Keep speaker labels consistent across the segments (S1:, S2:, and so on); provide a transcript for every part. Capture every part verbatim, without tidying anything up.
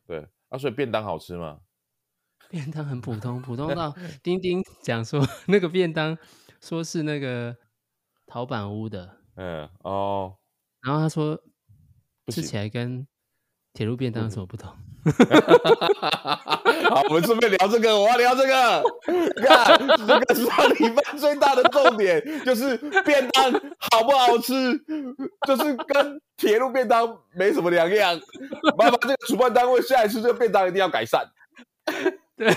S1: 对啊，所以便当好吃吗？
S2: 便当很普通，普通到丁丁讲说那个便当说是那个陶板屋的，
S1: 嗯，哦，
S2: 然后他说吃起
S1: 不行，
S2: 来跟铁路便当有什
S1: 不行。
S2: 么不同？
S1: 好，我们顺便聊这个，我要聊这个。看，这个上礼拜最大的重点就是便当好不好吃，就是跟铁路便当没什么两样。麻烦这个主办单位下一次这个便当一定要改善。
S2: 对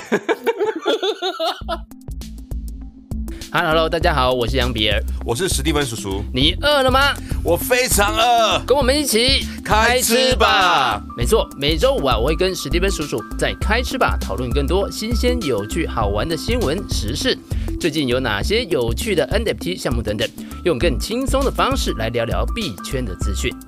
S2: ，Hello， 大家好，我是杨比尔，
S3: 我是史蒂文叔叔，
S2: 你饿了吗？
S3: 我非常饿，
S2: 跟我们一起
S3: 开吃吧！
S2: 没错，每周五啊，我会跟史蒂芬叔叔在开吃吧讨论更多新鲜、有趣、好玩的新闻时事，最近有哪些有趣的 N F T 项目等等，用更轻松的方式来聊聊币圈的资讯。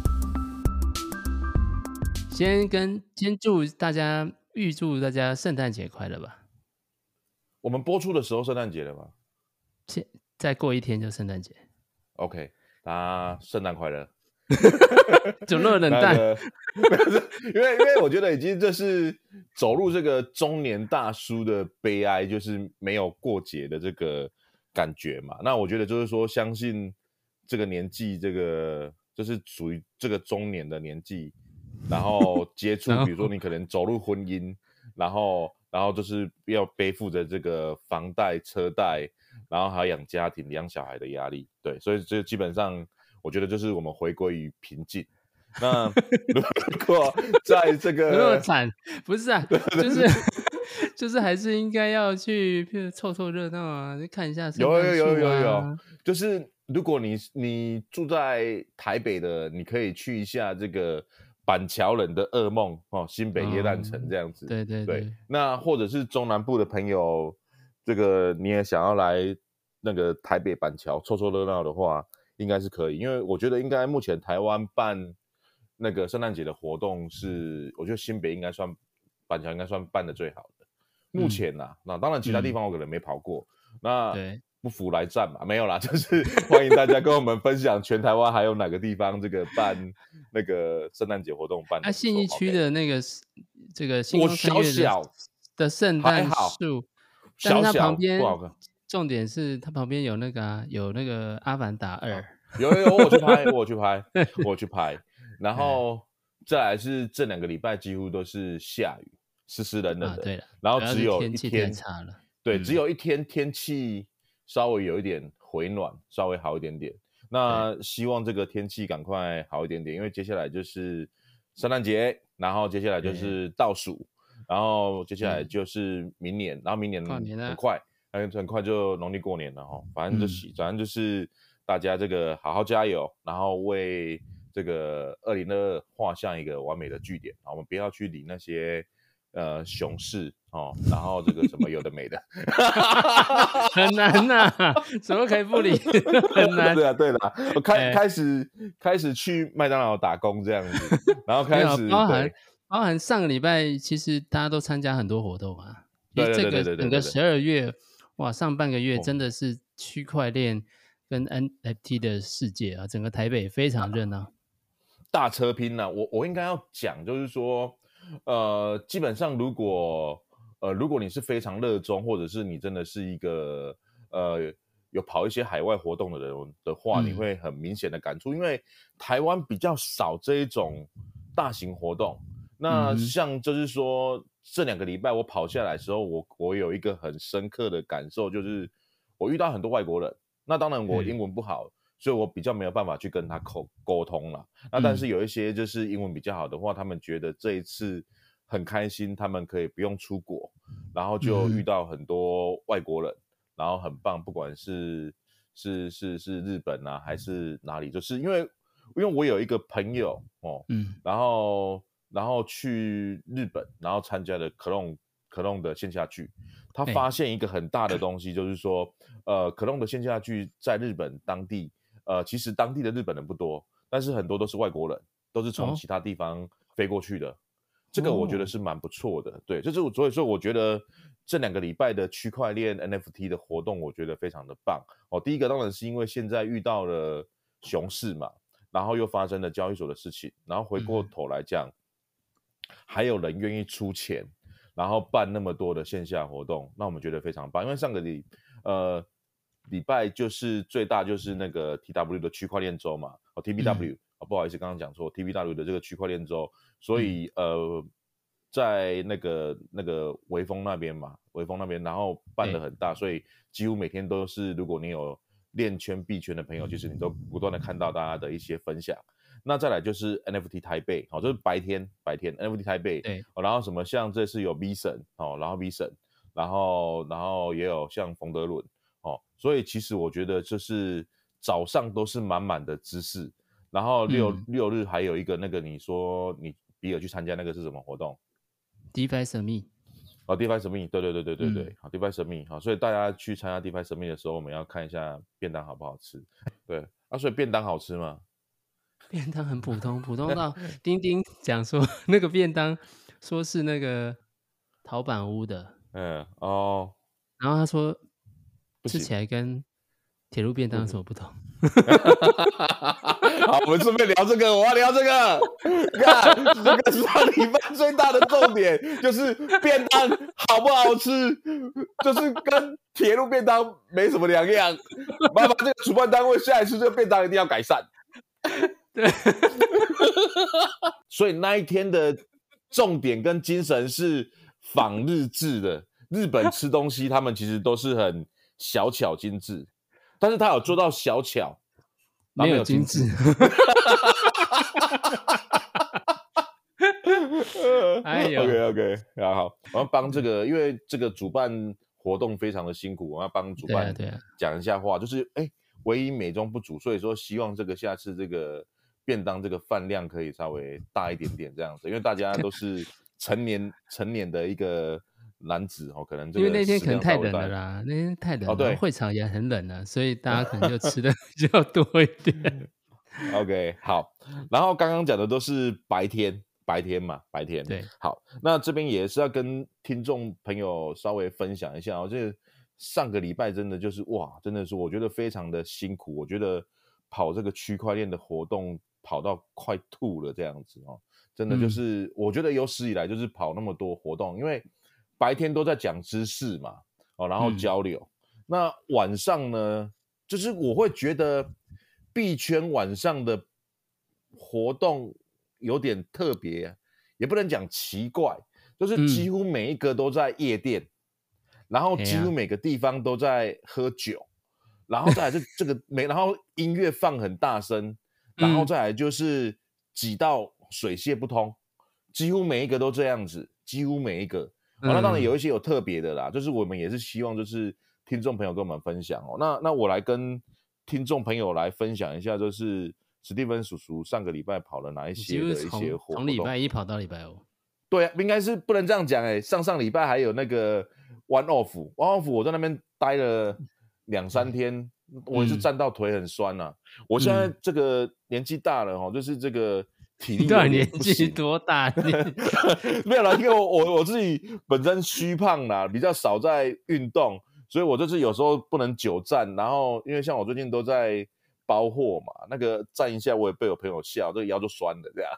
S2: 先跟先祝大家预祝大家圣诞节快乐吧！
S1: 我们播出的时候圣诞节了吗？
S2: 现再过一天就圣诞节
S1: ？OK， 大家圣诞快乐。
S2: 怎么那么冷淡？
S1: 那个、因为因为我觉得已经这是走入这个中年大叔的悲哀，就是没有过节的这个感觉嘛。那我觉得就是说，相信这个年纪，这个就是属于这个中年的年纪，然后接触，比如说你可能走入婚姻，然后然后就是要背负着这个房贷、车贷，然后还要养家庭、养小孩的压力，对，所以这基本上。我觉得就是我们回归于平静。那如果在这个
S2: 那么惨，不是啊，就是就是还是应该要去，譬如凑凑热闹啊，去看一下圣诞树啊。
S1: 有有有有有，就是如果你你住在台北的，你可以去一下这个板桥人的噩梦哦，新北耶诞城这样子。
S2: 哦、对对 对,
S1: 对，那或者是中南部的朋友，这个你也想要来那个台北板桥凑凑热闹的话。应该是可以，因为我觉得应该目前台湾办那个圣诞节的活动是，我觉得新北应该算板桥应该算办的最好的。目前啊，嗯、那当然其他地方我可能没跑过，嗯、那不服来战嘛，没有啦，就是欢迎大家跟我们分享全台湾还有哪个地方这个办那个圣诞节活动办的。
S2: 那信义区的那个这个
S1: 我小小
S2: 的圣诞树，但是它旁边
S1: 不好看。
S2: 重点是它旁边有那个、啊、有那个《阿凡达二》啊，
S1: 有有有，我去拍，我去拍，我去拍。然后再来是这两个礼拜几乎都是下雨，湿湿冷冷的。
S2: 啊、对了，
S1: 然后只有一
S2: 天
S1: 天
S2: 差了，
S1: 对，
S2: 嗯、
S1: 只有一天天气稍微有一点回暖，稍微好一点点。那希望这个天气赶快好一点点，因为接下来就是圣诞节，然后接下来就是倒数，然后接下来就是明年，嗯、然后明年很快。很快就农历过年了哈，反正就洗、嗯，反正就是大家这个好好加油，然后为这个二零二二画下一个完美的句点。我们不要去理那些呃熊市哦，然后这个什么有的没的，
S2: 很难呐、啊，怎么可以不理？很难。
S1: 对啊，对啦，我开、欸、开始开始去麦当劳打工这样子，然后开始
S2: 包含包含上个礼拜，其实大家都参加很多活动啊。
S1: 对对对对对，
S2: 整个十二月。哇，上半个月真的是区块链跟 N F T 的世界啊，整个台北非常热闹，
S1: 大车拼啊！我我应该要讲，就是说，呃，基本上如果呃如果你是非常热衷，或者是你真的是一个呃有跑一些海外活动的人的话，嗯、你会很明显的感触，因为台湾比较少这一种大型活动。那像就是说。嗯这两个礼拜我跑下来的时候，我我有一个很深刻的感受，就是我遇到很多外国人。那当然我英文不好，嗯、所以我比较没有办法去跟他沟沟通了。那但是有一些就是英文比较好的话，他们觉得这一次很开心，他们可以不用出国，然后就遇到很多外国人，然后很棒，不管是是是是日本啊，还是哪里，就是因为因为我有一个朋友哦，嗯，然后。然后去日本，然后参加了可隆可隆的线下剧，他发现一个很大的东西，就是说，呃，可隆的线下剧在日本当地，呃，其实当地的日本人不多，但是很多都是外国人，都是从其他地方飞过去的。哦、这个我觉得是蛮不错的，对，就是所以说我觉得这两个礼拜的区块链 N F T 的活动，我觉得非常的棒哦。第一个当然是因为现在遇到了熊市嘛，然后又发生了交易所的事情，然后回过头来讲。嗯还有人愿意出钱，然后办那么多的线下活动，那我们觉得非常棒。因为上个礼呃礼拜就是最大就是那个 T W 的区块链周嘛，哦 T B W、嗯哦、不好意思刚刚讲错 T B W 的这个区块链周，所以、嗯、呃在那个那个微风那边嘛，微风那边，然后办得很大，所以几乎每天都是，如果你有链圈币圈的朋友，其实你都不断的看到大家的一些分享。那再来就是 N F T 台北，好、哦，就是白天白天 N F T 台北，
S2: 对、
S1: 哦，然后什么像这次有 V 神哦，然后 V 神，然后然后也有像冯德伦哦，所以其实我觉得就是早上都是满满的知识，然后六、嗯、六日还有一个那个你说你比尔去参加那个是什么活动？
S2: DeFi Summit
S1: 哦 DeFi Summit 对对对对对对、嗯、好 DeFi Summit 好，所以大家去参加 DeFi Summit 的时候，我们要看一下便当好不好吃。对啊，所以便当好吃吗？
S2: 便当很普通，普通到丁丁讲说那个便当说是那个陶板屋的，
S1: 嗯哦，
S2: 然后他说吃起来跟铁路便当有什么不同？
S1: 好，我们顺便聊这个，我要聊这个。看，这个上礼拜最大的重点就是便当好不好吃，就是跟铁路便当没什么两样。麻烦这个主办单位下一次这个便当一定要改善。
S2: 对，
S1: 所以那一天的重点跟精神是仿日制的。日本吃东西，他们其实都是很小巧精致，但是他有做到小巧，
S2: 没有精致。哎呦
S1: ，OK OK， 好，我要帮这个，因为这个主办活动非常的辛苦，我要帮主办讲一下话，就是哎，唯一美中不足，所以说希望这个下次这个便当这个饭量可以稍微大一点点这样子，因为大家都是成年成年的一个男子哦，可能这个
S2: 因为那天可能太冷了啦，那天太冷了，哦、对，会场也很冷啊，所以大家可能就吃的比较多一点。
S1: OK， 好，然后刚刚讲的都是白天，白天嘛，白天。
S2: 对，
S1: 好，那这边也是要跟听众朋友稍微分享一下哦，这上个礼拜真的就是哇，真的是我觉得非常的辛苦，我觉得跑这个区块链的活动跑到快吐了这样子哦，真的就是、嗯、我觉得有史以来就是跑那么多活动，因为白天都在讲知识嘛，哦，然后交流、嗯，那晚上呢，就是我会觉得币圈晚上的活动有点特别，也不能讲奇怪，就是几乎每一个都在夜店，嗯、然后几乎每个地方都在喝酒，哎、然后再来是这个没，然后音乐放很大声，然后再来就是挤到水泄不通，几乎每一个都这样子，几乎每一个。哦、那当然有一些有特别的啦，就是我们也是希望就是听众朋友跟我们分享哦。那那我来跟听众朋友来分享一下，就是史蒂芬叔叔上个礼拜跑了哪一些的一些活动？
S2: 从礼拜一跑到礼拜五。
S1: 对啊，应该是不能这样讲哎、欸。上上礼拜还有那个 One Off，One Off 我在那边待了两三天，嗯、我也是站到腿很酸啊。嗯、我现在这个年纪大了哦，就是这个。体力
S2: 对，年纪多大？
S1: 没有啦，因为我我我自己本身虚胖啦，比较少在运动，所以我就是有时候不能久站。然后因为像我最近都在包货嘛，那个站一下我也被我朋友笑，这个腰就酸了这样。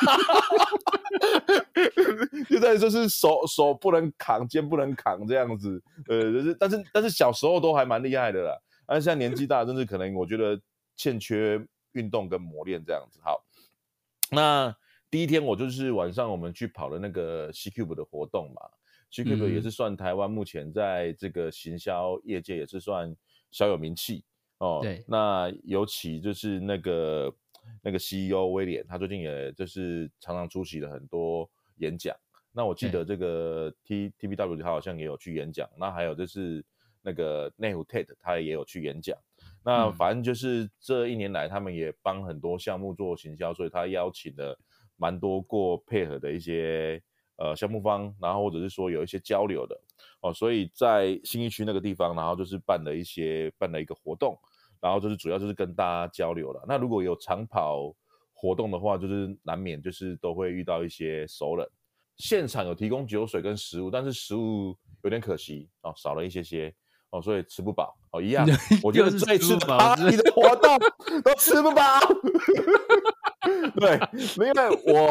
S1: 现在就是手手不能扛，肩不能扛这样子。呃，就是但是但是小时候都还蛮厉害的啦，但是现在年纪大，真是可能我觉得欠缺运动跟磨练这样子。好。那第一天我就是晚上我们去跑了那个 C-Cube 的活动嘛 ，C-Cube 也是算台湾目前在这个行销业界也是算小有名气哦。
S2: 对，
S1: 那尤其就是那个那个 C E O 威廉，他最近也就是常常出席了很多演讲。那我记得这个 T T B W 他好像也有去演讲，那还有就是那个内湖 Ted 他也有去演讲。那反正就是这一年来，他们也帮很多项目做行销，所以他邀请了蛮多过配合的一些呃项目方，然后或者是说有一些交流的哦，所以在信义区那个地方，然后就是办了一些办了一个活动，然后就是主要就是跟大家交流了。那如果有长跑活动的话，就是难免就是都会遇到一些熟人，现场有提供酒水跟食物，但是食物有点可惜哦，少了一些些。哦，所以吃不饱哦，一样。我觉得这次的 party 的活动都吃不饱。对，因为我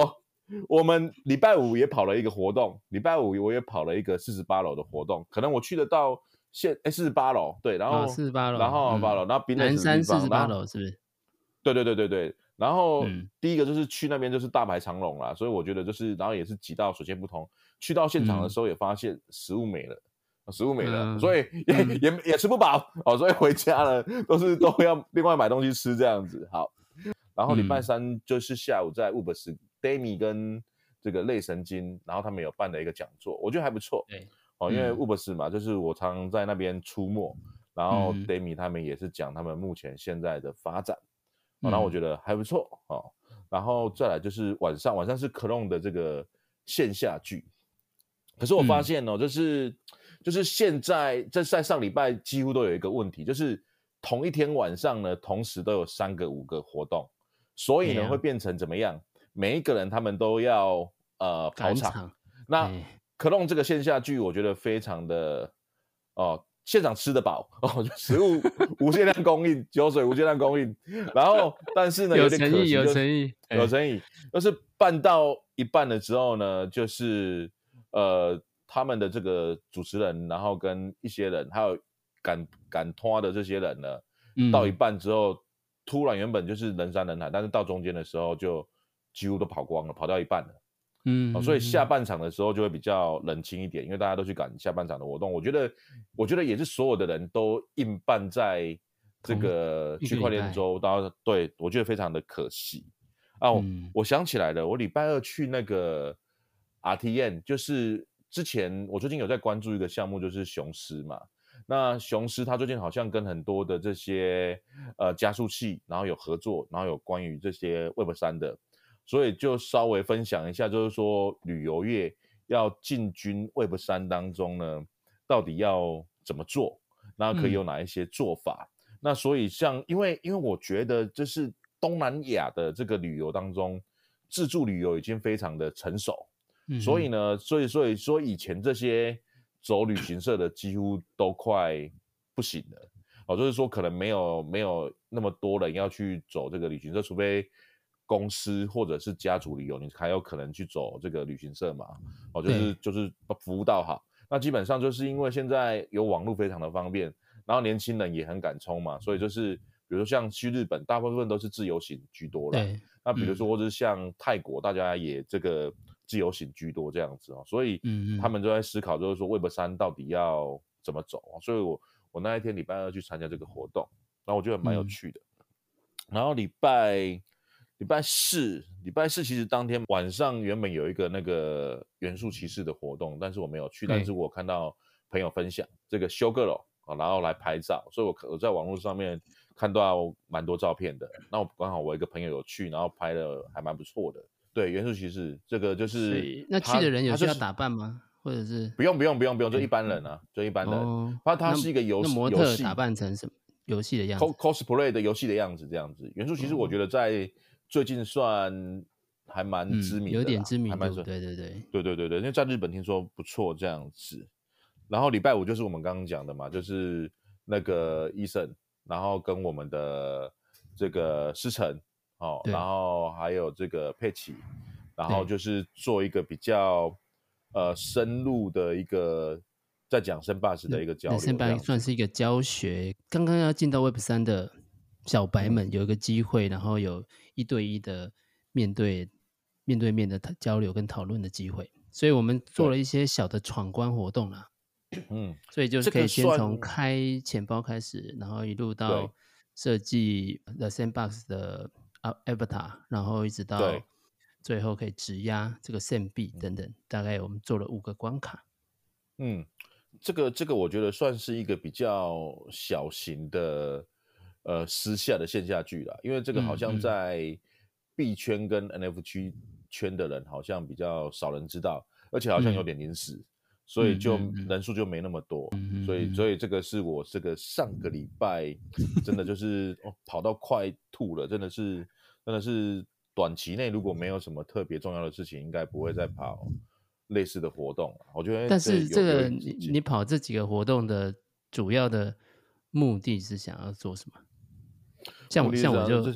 S1: 我们礼拜五也跑了一个活动，礼拜五我也跑了一个四十八楼的活动，可能我去得到现哎四十八楼，对，然后
S2: 四十八楼，
S1: 然后八楼，
S2: 嗯、
S1: 然后冰
S2: 南山四十八楼是不是？
S1: 对对对对对，然后、
S2: 嗯、
S1: 第一个就是去那边就是大排长龙啦，所以我觉得就是，然后也是挤到水泄不通。去到现场的时候也发现食物没了，嗯、食物没了，嗯、所以也、嗯、也也吃不饱哦，所以回家了都是都要另外买东西吃这样子。好，然后礼拜三就是下午在 Ubers Demi 跟这个类神经，然后他们有办了一个讲座，我觉得还不错。
S2: 对，
S1: 哦，因为 Ubers 嘛，就是我常在那边出没，然后 Demi 他们也是讲他们目前现在的发展。哦、然后我觉得还不错哦，然后再来就是晚上，晚上是 Clone 的这个线下剧，可是我发现哦，嗯、就是就是现在这在上礼拜几乎都有一个问题，就是同一天晚上呢，同时都有三个五个活动，所以呢、啊、会变成怎么样？每一个人他们都要呃跑场，场那 Clone 这个线下剧我觉得非常的哦。现场吃得饱哦，食物无限量供应，酒水无限量供应，然后但是呢有点可惜，
S2: 有诚意，
S1: 有诚意，就是办到一半的时候呢，就是呃他们的这个主持人，然后跟一些人，还有赶赶拖的这些人呢，嗯、到一半之后，突然原本就是人山人海，但是到中间的时候就几乎都跑光了，跑到一半了。嗯、哦，所以下半场的时候就会比较冷清一点，因为大家都去赶下半场的活动。我觉得，我觉得也是所有的人都硬办在这个区块链周，然后对我觉得非常的可惜啊、嗯！我想起来了，我礼拜二去那个 R T M， 就是之前我最近有在关注一个项目，就是雄狮嘛。那雄狮它最近好像跟很多的这些呃加速器，然后有合作，然后有关于这些 Web 三的。所以就稍微分享一下，就是说旅游业要进军 Web 三当中呢，到底要怎么做？那可以有哪一些做法？嗯、那所以像因为因为我觉得这是东南亚的这个旅游当中，自助旅游已经非常的成熟，嗯、所以呢，所以所以说以前这些走旅行社的几乎都快不行了，哦，就是说可能没有没有那么多人要去走这个旅行社，除非公司或者是家族旅游，你还有可能去走这个旅行社嘛？哦，就是就是服务到好。那基本上就是因为现在有网络非常的方便，然后年轻人也很敢冲嘛，所以就是比如说像去日本，大部分都是自由行居多了。那比如说或者是像泰国，大家也这个自由行居多这样子哦，所以他们就在思考，就是说 Web 三到底要怎么走。所以我我那一天礼拜二去参加这个活动，然后我觉得蛮有趣的。嗯、然后礼拜。礼拜四，礼拜四其实当天晚上原本有一个那个元素骑士的活动，但是我没有去，但是我看到朋友分享这个修个楼，然后来拍照，所以我我在网络上面看到蛮多照片的。那我刚好我一个朋友有去，然后拍的还蛮不错的。对，元素骑士这个就是
S2: 那去的人有需要打扮吗？或者是
S1: 不用不用不用不用，就一般人啊，就一般人。哦、它它是一个游戏，
S2: 那模特打扮成什么游戏的样子
S1: ？cosplay 的游戏的样子这样子。元素骑士我觉得在最近算还蛮知名的、嗯，
S2: 有点知名度，对对对，
S1: 对对对对，因为在日本听说不错这样子。然后礼拜五就是我们刚刚讲的嘛，就是那个医生，然后跟我们的这个思成，哦，然后还有这个佩奇，然后就是做一个比较呃深入的一个在讲Sandbox的一个交流，Sandbox
S2: 算是一个教学。刚刚要进到 Web 三的小白们有一个机会，然后有一对一的面对面对面的交流跟讨论的机会，所以我们做了一些小的闯关活动啦。嗯，所以就是可以先从开钱包开始，然后一路到设计 The Sandbox 的 Avatar， 然后一直到最后可以质押这个 Sand 币等等，大概我们做了五个关卡。
S1: 嗯，这个这个我觉得算是一个比较小型的呃私下的线下剧啦，因为这个好像在币圈跟 N F T 圈的人好像比较少人知道，而且好像有点临时。嗯，所以就人数就没那么多，嗯、所以所以这个是我这个上个礼拜真的就是、哦、跑到快吐了，真的是真的是短期内如果没有什么特别重要的事情，应该不会再跑类似的活动了。我觉得，
S2: 但是这个你你跑这几个活动的主要的目的是想要做什么？像我像我就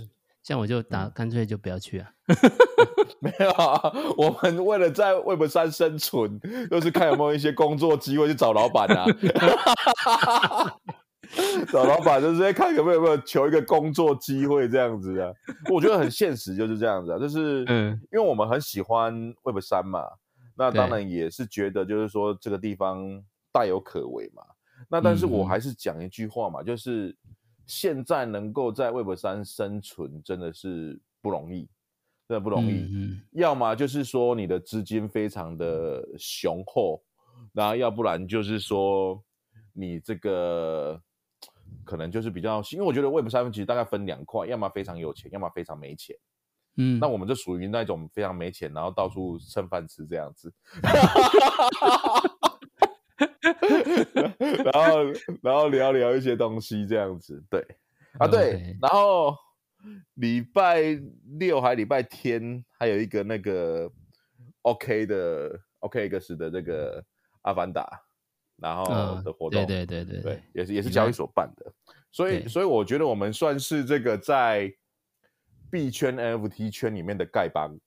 S2: 像我就打、嗯、干脆就不要去啊。
S1: 没有啊，我们为了在 Web 三生存，就是看有没有一些工作机会去找老板啊。找老板就是在看有没有有没有求一个工作机会这样子啊。我觉得很现实就是这样子啊，就是因为我们很喜欢 Web 三嘛，那当然也是觉得就是说这个地方大有可为嘛。那但是我还是讲一句话嘛，嗯、就是现在能够在 Web 三生存真的是不容易，真的不容易。嗯嗯，要么就是说你的资金非常的雄厚，然后要不然就是说你这个可能就是比较，因为我觉得 Web 三其实大概分两块，要么非常有钱，要么非常没钱。嗯，那我们就属于那种非常没钱，然后到处蹭饭吃这样子。然后然后聊聊一些东西这样子，对啊对， okay. 然后礼拜六还礼拜天还有一个那个 OK 的 OKX 的这个阿凡达，然后的活动，
S2: 嗯、对对对 对,
S1: 对，也是也是交易所办的，所以所以我觉得我们算是这个在币圈 N F T 圈里面的丐帮。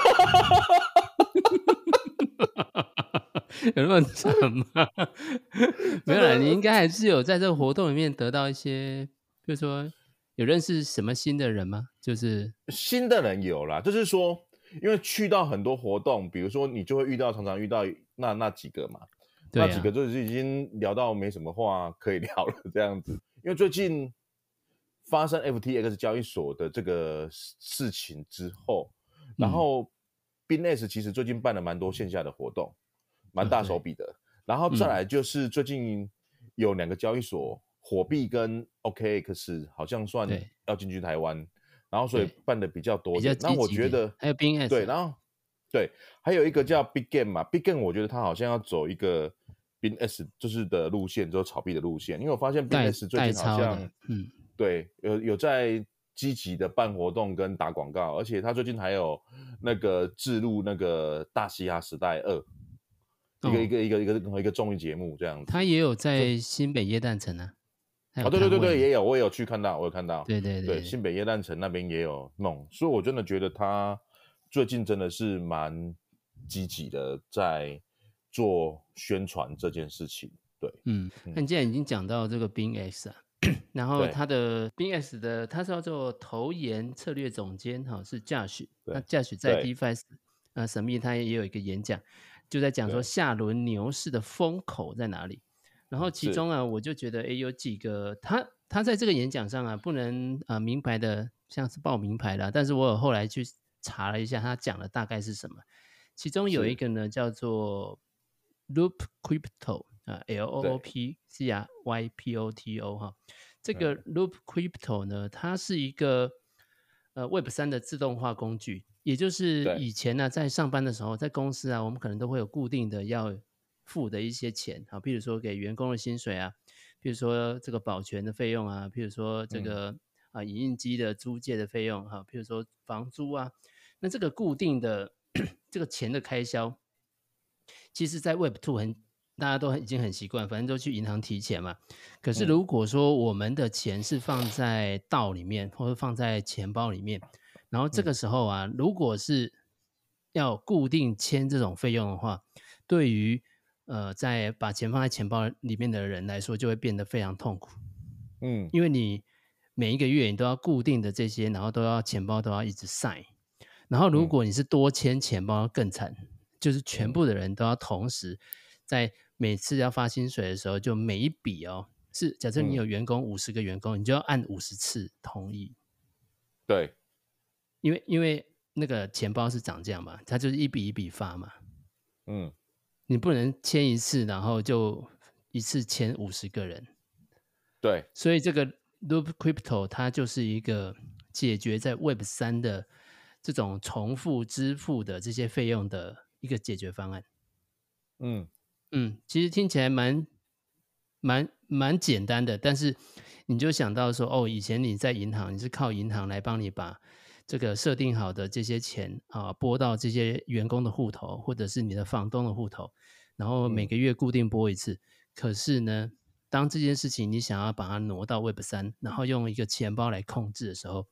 S2: 有那么惨吗？没有啦，你应该还是有在这个活动里面得到一些，比如说有认识什么新的人吗？就是
S1: 新的人有啦，就是说，因为去到很多活动，比如说你就会遇到，常常遇到那那几个嘛，对啊、那几个就是已经聊到没什么话可以聊了这样子。因为最近发生 F T X 交易所的这个事情之后，然后 B I N S 其实最近办了蛮多线下的活动。蛮大手笔的，然后再来就是最近有两个交易所，火币跟 O K X 好像算要进军台湾，然后所以办的比较多点。那我觉得
S2: 还有 B I N S
S1: 对，然后对，还有一个叫 Big Game 嘛 ，Big Game 我觉得他好像要走一个 B I N S 就是的路线，就是炒币的路线，因为我发现 B I N S 最近好像嗯对有有在积极的办活动跟打广告，而且他最近还有那个置入那个大嘻哈时代二。一个一个一个一个一个综艺节目这样子，
S2: 他也有在新北耶诞城啊。
S1: 哦，对对对对，也有，我也有去看到，我有看到。
S2: 对对 对,
S1: 对，新北耶诞城那边也有弄，所以我真的觉得他最近真的是蛮积极的在做宣传这件事情。对，
S2: 嗯，那你既然已经讲到这个 B I N X 啊，然后他的 B I N X 的他是叫做投研策略总监哈，是 Josh， 那 Josh 在 DeFi 呃神秘他也有一个演讲。就在讲说下轮牛市的风口在哪里，然后其中啊，我就觉得诶有几个他他在这个演讲上啊，不能啊、呃、明白的像是报名牌啦，但是我有后来去查了一下，他讲的大概是什么。其中有一个呢叫做 Loop Crypto 啊 L O O P C R Y P O T O 哈，这个 Loop Crypto 呢，它是一个呃 Web 三的自动化工具。也就是以前呢、啊，在上班的时候，在公司啊，我们可能都会有固定的要付的一些钱啊，譬如说给员工的薪水啊，譬如说这个保全的费用啊，譬如说这个、嗯、啊影印机的租借的费用哈、啊，譬如说房租啊，那这个固定的这个钱的开销，其实在 Web 二 很大家都已经很习惯，反正都去银行提钱嘛。可是如果说我们的钱是放在道里面，或者放在钱包里面。然后这个时候啊，嗯、如果是要固定签这种费用的话，对于呃在把钱放在钱包里面的人来说，就会变得非常痛苦。嗯，因为你每一个月你都要固定的这些，然后都要钱包都要一直晒。然后如果你是多签钱包更惨，嗯、就是全部的人都要同时在每次要发薪水的时候，就每一笔哦，是假设你有员工五十个员工，嗯、你就要按五十次同意。
S1: 对。
S2: 因为因为那个钱包是长这样嘛，它就是一笔一笔发嘛，嗯，你不能签一次，然后就一次签五十个人，
S1: 对，
S2: 所以这个 Loop Crypto 它就是一个解决在 Web 三 的这种重复支付的这些费用的一个解决方案。嗯嗯，其实听起来蛮蛮蛮简单的，但是你就想到说，哦，以前你在银行，你是靠银行来帮你把这个设定好的这些钱啊，拨到这些员工的户头，或者是你的房东的户头，然后每个月固定拨一次。嗯、可是呢，当这件事情你想要把它挪到 Web 三，然后用一个钱包来控制的时候，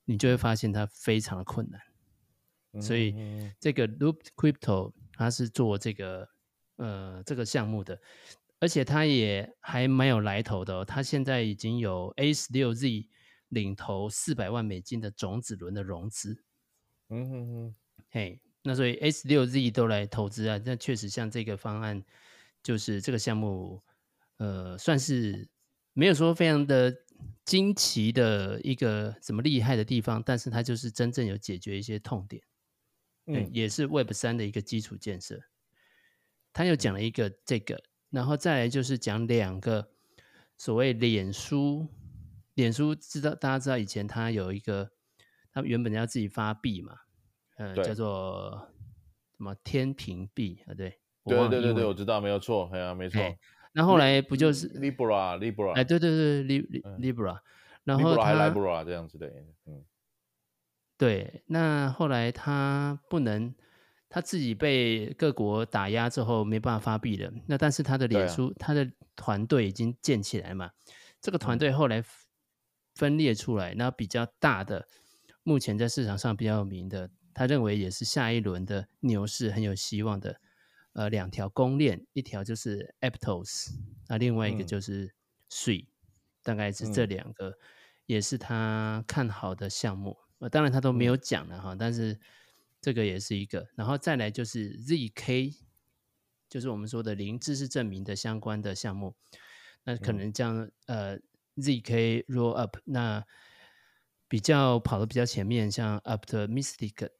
S2: 你就会发现它非常的困难。
S1: 嗯、
S2: 所以这个 Loop Crypto 它是做这个呃这个项目的，而且它也还蛮有来头的哦。它现在已经有 A 十六 Z 领投四百万美金的种子轮的融资。
S1: 嗯哼哼，
S2: 嘿，那所以 A 十六 Z 都来投资啊，那确实像这个方案，就是这个项目，呃，算是没有说非常的惊奇的一个什么厉害的地方，但是它就是真正有解决一些痛点。嗯，也是 Web 三 的一个基础建设。他又讲了一个这个，然后再来就是讲两个所谓脸书，脸书知道大家知道以前他有一个，他原本要自己发币嘛，呃，叫做什么天平币啊？对，我
S1: 对
S2: 忘了
S1: 对对对，
S2: 英文
S1: 我知道，没有错，哎呀、啊，没错。
S2: 那后来不就是
S1: Libra Libra？
S2: 哎，对对对 ，Libra，然后
S1: Libra 还
S2: 他
S1: Libra 这样子的，嗯。
S2: 对，那后来他不能，他自己被各国打压之后没办法发币了。那但是他的脸书，啊、他的团队已经建起来嘛。这个团队后来分裂出来，那、嗯、比较大的，目前在市场上比较有名的，他认为也是下一轮的牛市很有希望的。呃，两条公链，一条就是 Aptos， 那另外一个就是Sui，、嗯、大概是这两个，嗯、也是他看好的项目。呃，当然他都没有讲了哈、嗯，但是这个也是一个，然后再来就是 Z K， 就是我们说的零知识证明的相关的项目，那可能这样、嗯、呃 Z K roll up， 那比较跑得比较前面，像 Optimistic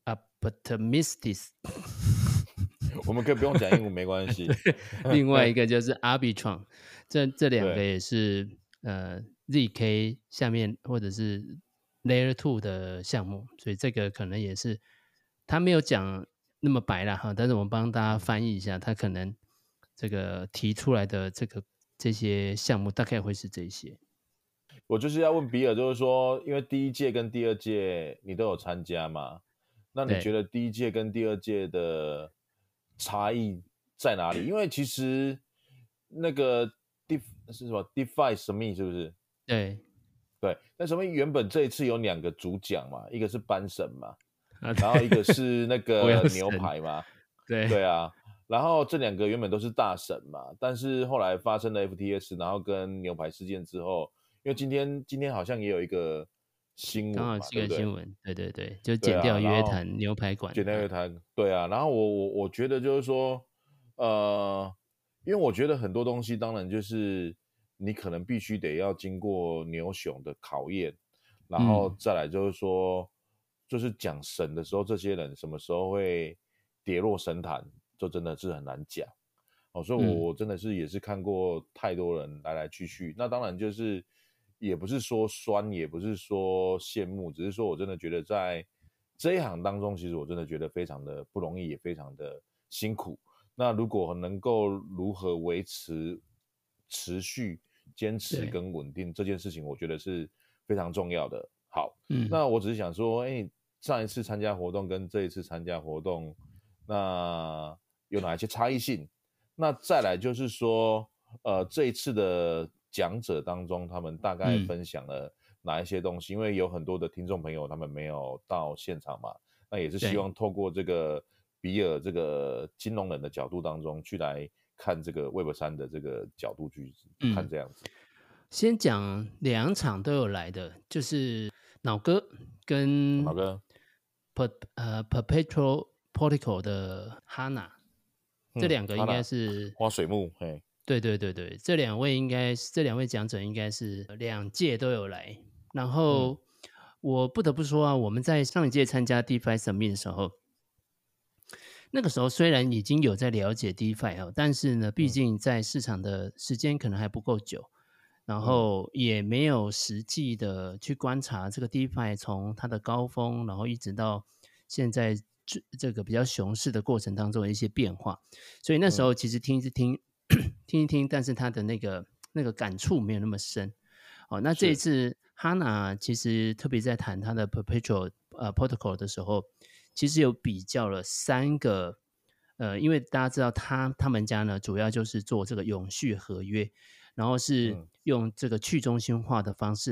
S2: Optimistic
S1: 我们可以不用讲英文没关系。
S2: 另外一个就是 Arbitrum， 这这两个也是呃 Z K 下面或者是Layer 二 的项目，所以这个可能也是他没有讲那么白啦哈，但是我们帮大家翻译一下，他可能这个提出来的这个这些项目大概会是这些。
S1: 我就是要问比尔，就是说，因为第一届跟第二届你都有参加嘛，那你觉得第一届跟第二届的差异在哪里？因为其實那個 Def 是什麼 DeFi 神秘是不是？
S2: 對
S1: 對，那神秘原本這一次有兩個主講嘛，一個是班神嘛，啊、然後一個是那個牛排嘛，
S2: 對
S1: 對啊，然後這兩個原本都是大神嘛，但是後來發生了 F T S， 然後跟牛排事件之後，因為今天今天好像也有一個新聞嘛，
S2: 剛好是個新聞，對對對，就剪掉約談牛排館，
S1: 剪掉約談，對啊，然後我我我覺得就是說，呃，因為我覺得很多東西當然就是你可能必須得要經過牛熊的考驗，然後再來就是說，嗯、就是講神的時候，這些人什麼時候會跌落神壇，就真的是很難講。哦，所以我我真的是也是看過太多人來來去去，嗯、那當然就是也不是說酸，也不是說羨慕，只是說我真的覺得在這一行當中，其實我真的覺得非常的不容易，也非常的辛苦。那如果能夠如何維持持續堅持跟穩定這件事情，我覺得是非常重要的。好，嗯、那我只是想說，哎，上一次參加活動跟這一次參加活動，那有哪一些差異性？那再來就是說，呃，這一次的講者當中，他們大概分享了哪一些東西？嗯、因為有很多的聽眾朋友，他們沒有到現場嘛，那也是希望透過這個比爾這個金融人的角度當中，去來看這個 Web 三 的這個角度去看這樣子。嗯、
S2: 先講兩場都有來的，就是腦哥跟
S1: 腦哥
S2: Per 呃 Perpetual Protocol 的 Hana。這兩個應該是、嗯、
S1: 花水木，嘿，
S2: 對對對對，這兩位應該這兩位講者應該是兩屆都有來。然後、嗯、我不得不說啊，我們在上一屆參加 DeFi Summit 的時候，那個時候雖然已經有在了解 DeFi 哦，但是呢，畢竟在市場的時間可能還不夠久，嗯、然後也沒有實際的去觀察這個 DeFi 從它的高峰，然後一直到現在。這個比較熊市的過程當中的一些變化，所以那時候其實聽一聽、嗯、聽一聽，但是他的那個那個感觸沒有那麼深。哦，那這一次 Hana 其實特別在談他的 Perpetual、呃、Protocol 的時候，其實有比較了三個，呃，因為大家知道他他們家呢主要就是做這個永續合約，然後是用這個去中心化的方式來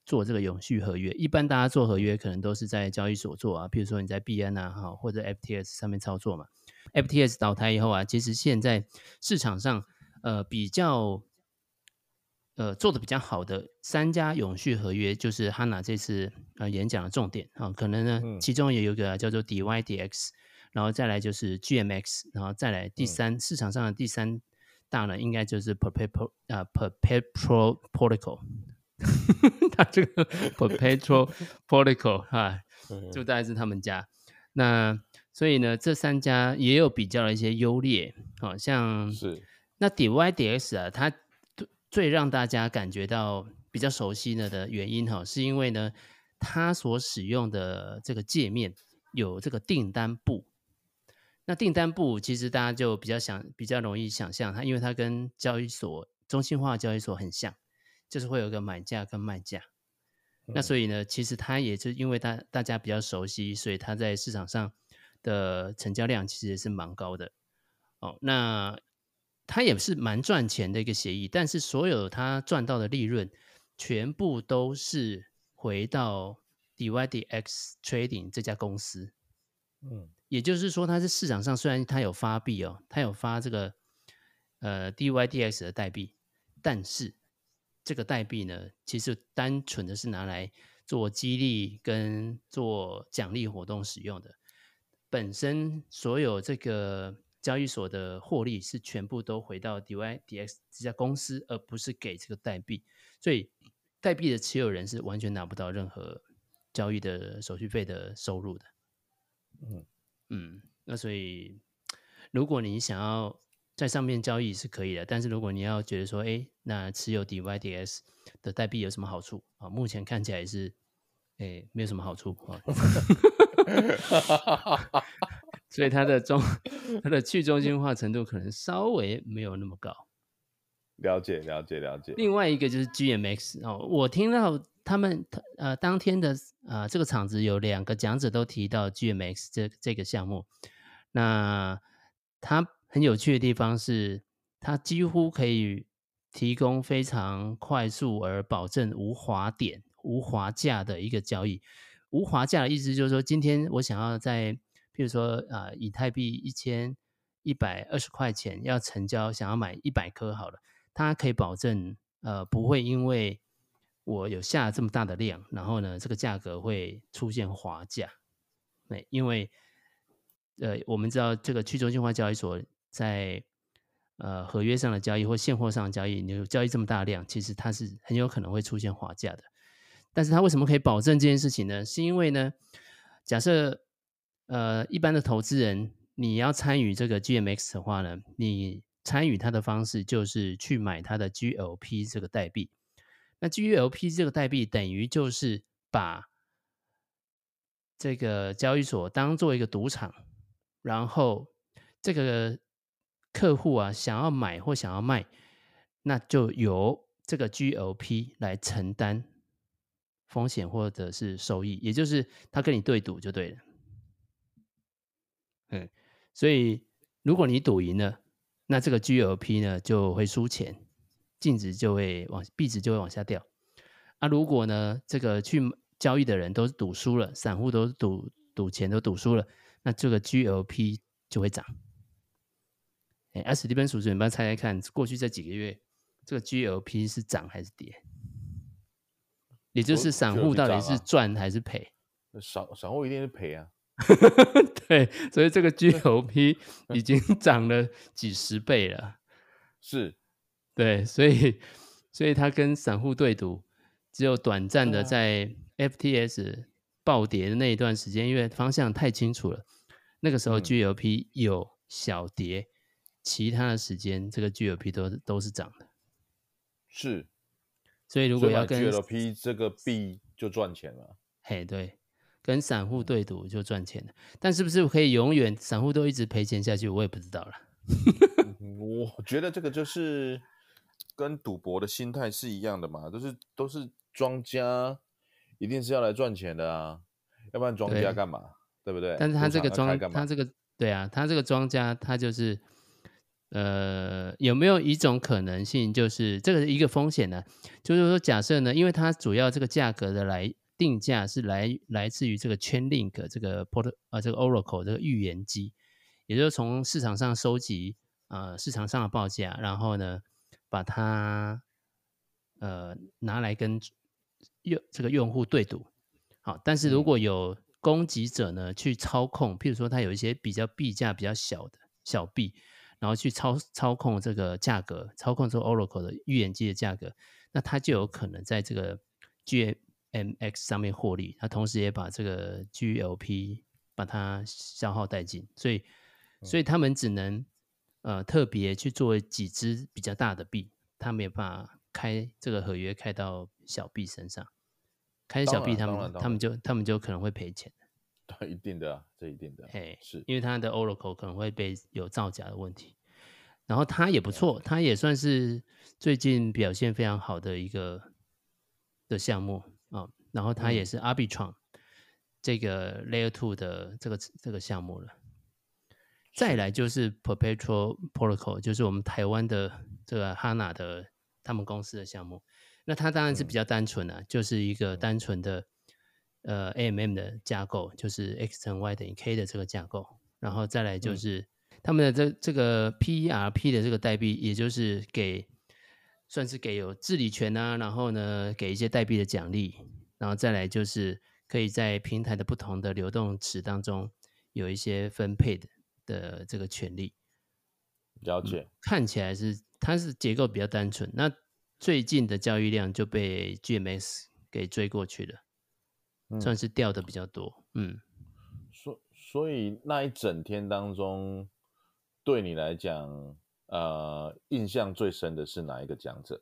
S2: 做这个永续合约。一般大家做合约可能都是在交易所做啊，譬如说你在币安啊或者 F T S 上面操作嘛。F T S 倒台以后啊，其实现在市场上呃比较呃做的比较好的三家永续合约，就是 Hana 这次呃演讲的重点啊、哦，可能呢、嗯、其中也有一个、啊、叫做 D Y D X， 然后再来就是 G M X， 然后再来第三、嗯、市场上的第三大呢，应该就是 Perpetual 啊、呃、Perpetual Protocol。他这个 Perpetual Protocol 哈，就大概是他们家。那所以呢，这三家也有比较的一些优劣，好、哦、像
S1: 是
S2: 那 D Y D X 啊，它最让大家感觉到比较熟悉呢的原因哈、哦，是因为呢，它所使用的这个界面有这个订单簿。那订单簿其实大家就比较想比较容易想象它，因为它跟交易所中心化交易所很像。就是会有一个买价跟卖价、嗯、那所以呢其实它也是因为大大家比较熟悉，所以它在市场上的成交量其实也是蛮高的、哦、那它也是蛮赚钱的一个协议，但是所有它赚到的利润全部都是回到 D Y D X Trading 这家公司、嗯、也就是说它是市场上虽然它有发币哦，它有发这个呃 D Y D X 的代币，但是这个代币呢，其实单纯的是拿来做激励跟做奖励活动使用的。本身所有这个交易所的获利是全部都回到 D Y D X 这家公司，而不是给这个代币。所以代币的持有人是完全拿不到任何交易的手续费的收入的。嗯嗯，那所以如果你想要在上面交易是可以的，但是如果你要觉得说，哎，那持有 D Y D X 的代币有什么好处啊？目前看起来是，哎，没有什么好处啊。所以它的中，它的去中心化程度可能稍微没有那么高。
S1: 了解，了解，了解。
S2: 另外一个就是 G M X 哦，我听到他们呃当天的呃这个场子有两个讲者都提到 G M X 这这个项目，那他。很有趣的地方是，它几乎可以提供非常快速而保证无滑点、无滑价的一个交易。无滑价的意思就是说，今天我想要在，譬如说啊、呃，以太币一千一百二十块钱要成交，想要买一百颗好了，它可以保证呃不会因为我有下这么大的量，然后呢这个价格会出现滑价。对，因为呃我们知道这个去中心化交易所。在呃合约上的交易或现货上的交易，你有交易这么大量，其实它是很有可能会出现滑价的。但是它为什么可以保证这件事情呢？是因为呢，假设呃一般的投资人你要参与这个 G M X 的话呢，你参与它的方式就是去买它的 G L P 这个代币。那 G L P 这个代币等于就是把这个交易所当做一个赌场，然后这个客户啊，想要买或想要卖，那就由这个 G L P 来承担风险或者是收益，也就是他跟你对赌就对了。嗯，所以如果你赌赢了，那这个 G L P 呢就会输钱，净值就会往币值就会往下掉。啊，如果呢这个去交易的人都赌输了，散户都赌赌钱都赌输了，那这个 G L P 就会涨。哎，啊，史蒂芬叔叔，你帮猜猜看，过去这几个月，这个 G L P 是涨还是跌？也就是散户到底是赚还是赔？
S1: 散散户一定是赔啊。
S2: 对，所以这个 G L P 已经涨了几十倍了。
S1: 是，
S2: 对，所以所以它跟散户对赌，只有短暂的在 F T S 暴跌的那一段时间，因为方向太清楚了，那个时候 G L P 有小跌。嗯，其他的时间，这个 G L P 都都是涨的，
S1: 是，
S2: 所以如果要跟
S1: G L P 这个币就赚钱了。
S2: 嘿，对，跟散户对赌就赚钱了，但是不是可以永远散户都一直赔钱下去，我也不知道了。
S1: 我觉得这个就是跟赌博的心态是一样的嘛，都是都是庄家，一定是要来赚钱的啊，要不然庄家干嘛？ 对, 对不对？
S2: 但是他这个庄，他这个对啊，他这个庄家他就是。 呃，有没有一种可能性，就是这个是一个风险呢？就是说，假设呢，因为它主要这个价格的来定价是来来自于这个 Chainlink 这个 Port 呃这个 Oracle 这个预言机，也就是从市场上收集呃市场上的报价，然后呢把它呃拿来跟用这个用户对赌。好，但是如果有攻击者呢去操控，譬如说它有一些比较币价比较小的小币。然后去操操控这个价格，操控这个 Oracle 的预言机的价格，那它就有可能在这个 G M X 上面获利，它同时也把这个 G L P 把它消耗殆尽，所以所以他们只能呃特别去做几只比较大的币，他没有办法开这个合约开到小币身上，开小币他们他们就他们就可能会赔钱。
S1: 对，一定的啊，这一定的，
S2: 嘿，
S1: 是
S2: 因为它的 Oracle 可能会被有造假的问题，然后它也不错，它也算是最近表现非常好的一个的项目啊，然后它也是 Arbitrum、嗯、这个 Layer 二 的这个这个项目了。再来就是 Perpetual Protocol， 就是我们台湾的这个 Hana 的他们公司的项目，那它当然是比较单纯啊，嗯、就是一个单纯的。呃 A M M 的架构，就是 X 乘 Y 等于 K 的这个架构，然后再来就是他们的这这个 P E R P 的这个代币，也就是给算是给有治理权啊，然后呢给一些代币的奖励，然后再来就是可以在平台的不同的流动池当中有一些分配的的这个权利。
S1: 了解、嗯，
S2: 看起来是它是结构比较单纯，那最近的交易量就被 G M X 给追过去了。算是掉的比较多，嗯，
S1: 所所以那一整天当中，对你来讲，呃，印象最深的是哪一个讲者？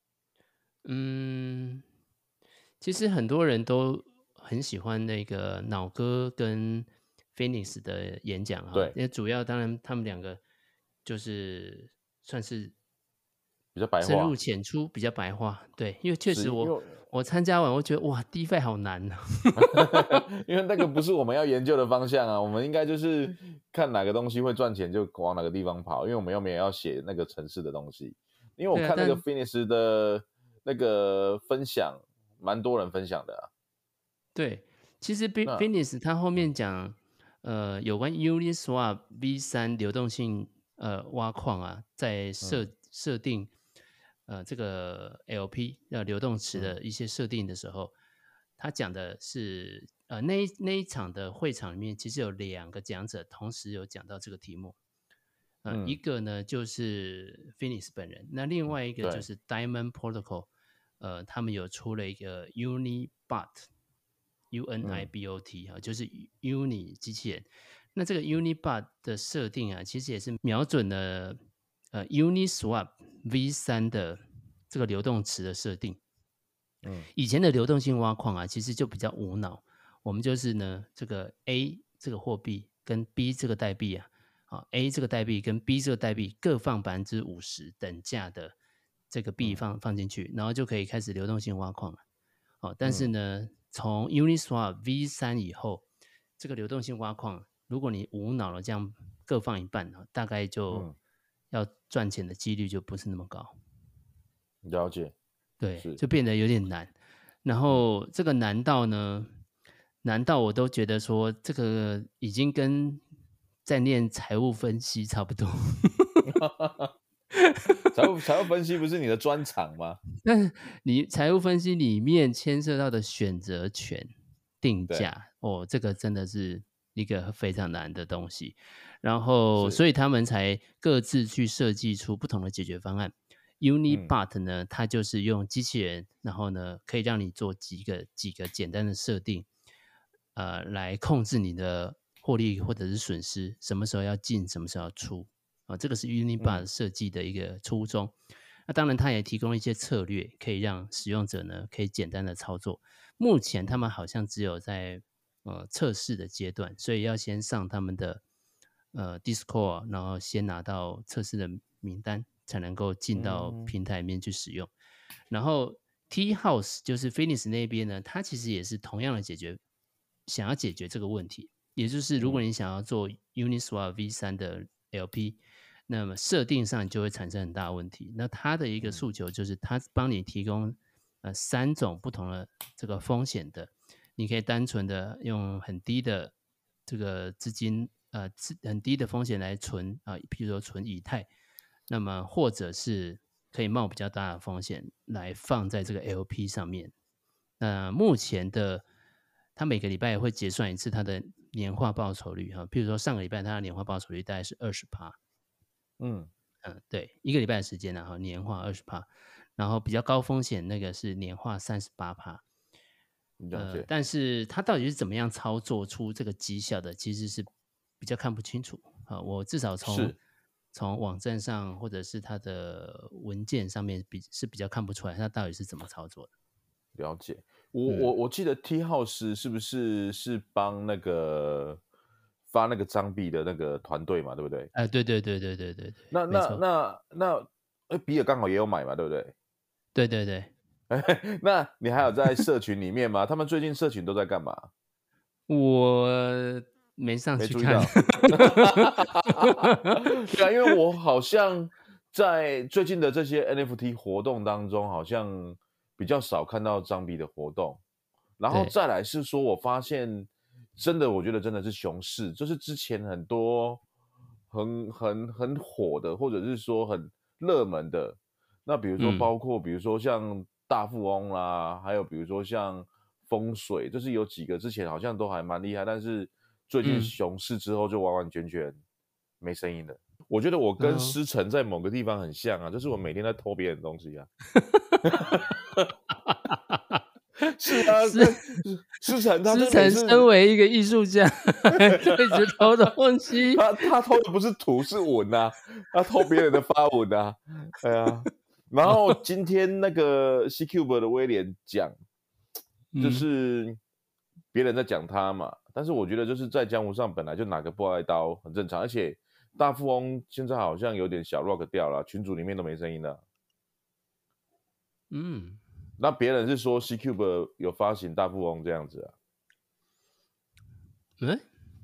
S2: 嗯，其实很多人都很喜欢那个脑哥跟 Phoenix 的演讲哈，
S1: 对，
S2: 因为主要当然他们两个就是算是
S1: 比较白话，
S2: 深入浅出，比较白话，对，因为确实我我参加完，我觉得哇 ，DeFi 好难啊，
S1: 因为那个不是我们要研究的方向啊，我们应该就是看哪个东西会赚钱就往哪个地方跑，因为我们又没有要写那个程式的东西。因为我看那个 Phoenix 的那个分享，蛮多人分享的啊。
S2: 对，其实 Phoenix 他后面讲，呃，有关 Uniswap V 三 流动性呃挖矿啊，在设、嗯、设定。呃，这个 L P 呃流动池的一些设定的时候，嗯、他讲的是呃那一那一场的会场里面，其实有两个讲者同时有讲到这个题目，呃，嗯、一个呢就是 Phoenix 本人，那另外一个就是 Diamond Protocol，呃，他们有出了一个 Unibot，U N I B O T 啊、嗯，就是 Uni 机器人。那这个 Unibot 的设定啊，其实也是瞄准了呃 Uniswap V 三 的这个流动池的设定，嗯，以前的流动性挖矿啊，其实就比较无脑，我们就是呢，这个 A 这个货币跟 B 这个代币啊，啊 A 这个代币跟 B 这个代币各放百分之五十等价的这个币放、嗯、放进去，然后就可以开始流动性挖矿了。哦，但是呢，嗯、从 Uniswap V 三 以后，这个流动性挖矿，如果你无脑的这样各放一半，大概就、嗯要赚钱的几率就不是那么高，
S1: 了解，
S2: 对，就变得有点难。然后、
S1: 嗯、
S2: 这个难道呢？难道我都觉得说这个已经跟在念财务分析差不多？
S1: 财务财务分析不是你的专长吗？
S2: 但是你财务分析里面牵涉到的选择权、定价，哦，这个真的是一个非常难的东西。然后，所以他们才各自去设计出不同的解决方案。Unibot 呢，嗯、它就是用机器人，然后呢，可以让你做几个几个简单的设定，呃，来控制你的获利或者是损失，什么时候要进，什么时候要出啊、呃，这个是 Unibot 设计的一个初衷。嗯、那当然，它也提供一些策略，可以让使用者呢可以简单的操作。目前他们好像只有在呃测试的阶段，所以要先上他们的。呃 Discord， 然后先拿到测试的名单，才能够进到平台里面去使用。嗯、然后 T House 就是 Phoenix 那边呢，它其实也是同样的解决，想要解决这个问题，也就是如果你想要做 Uniswap V 三 的 L P， 那么设定上就会产生很大的问题。那他的一个诉求就是，他帮你提供呃三种不同的这个风险的，你可以单纯的用很低的这个资金，呃，很低的风险来存啊、呃，譬如说存以太，那么或者是可以冒比较大的风险来放在这个 L P 上面。那目前的，他每个礼拜也会结算一次他的年化报酬率哈，譬如说上个礼拜他的年化报酬率大概是二十趴，
S1: 嗯
S2: 嗯，对，一个礼拜的时间然后年化二十趴，然后比较高风险那个是年化三十八趴，呃，但是他到底是怎么样操作出这个绩效的，其实是比较看不清楚啊。我至少从从网站上或者是他的文件上面比是比较看不出来他到底是怎么操作的。
S1: 了解，我、嗯、我我记得 T House 是不是是帮那个发那个张币的那个团队嘛，对不对？
S2: 哎、呃，对对对对对对对。
S1: 那那那那，哎，比尔刚好也有买嘛，对不对？
S2: 对对对。
S1: 那你还有在社群里面吗？他们最近社群都在干嘛？
S2: 我没上去看。
S1: 对啊，因为我好像在最近的这些 N F T 活动当中，好像比较少看到张币的活动。然后再来是说，我发现真的，我觉得真的是熊市，就是之前很多很很很火的，或者是说很热门的，那比如说包括、嗯、比如说像大富翁啦，还有比如说像风水，就是有几个之前好像都还蛮厉害，但是最近熊市之后就完完全全没声音了。嗯、我觉得我跟思成在某个地方很像啊，就是我每天在偷别人东西啊。是啊，思成他
S2: 思成身为一个艺术家，一直偷东西。
S1: 他他偷的不是图是文啊，他偷别人的发文啊，哎呀。然后今天那个 C-Cube 的威廉讲，就是别人在讲他嘛，嗯、但是我觉得就是在江湖上本来就拿个破爱刀很正常，而且大富翁现在好像有点小 rock 掉了，群组里面都没声音了。
S2: 嗯。
S1: 那别人是说 C-Cube 有发行大富翁这样子啊？
S2: 嗯，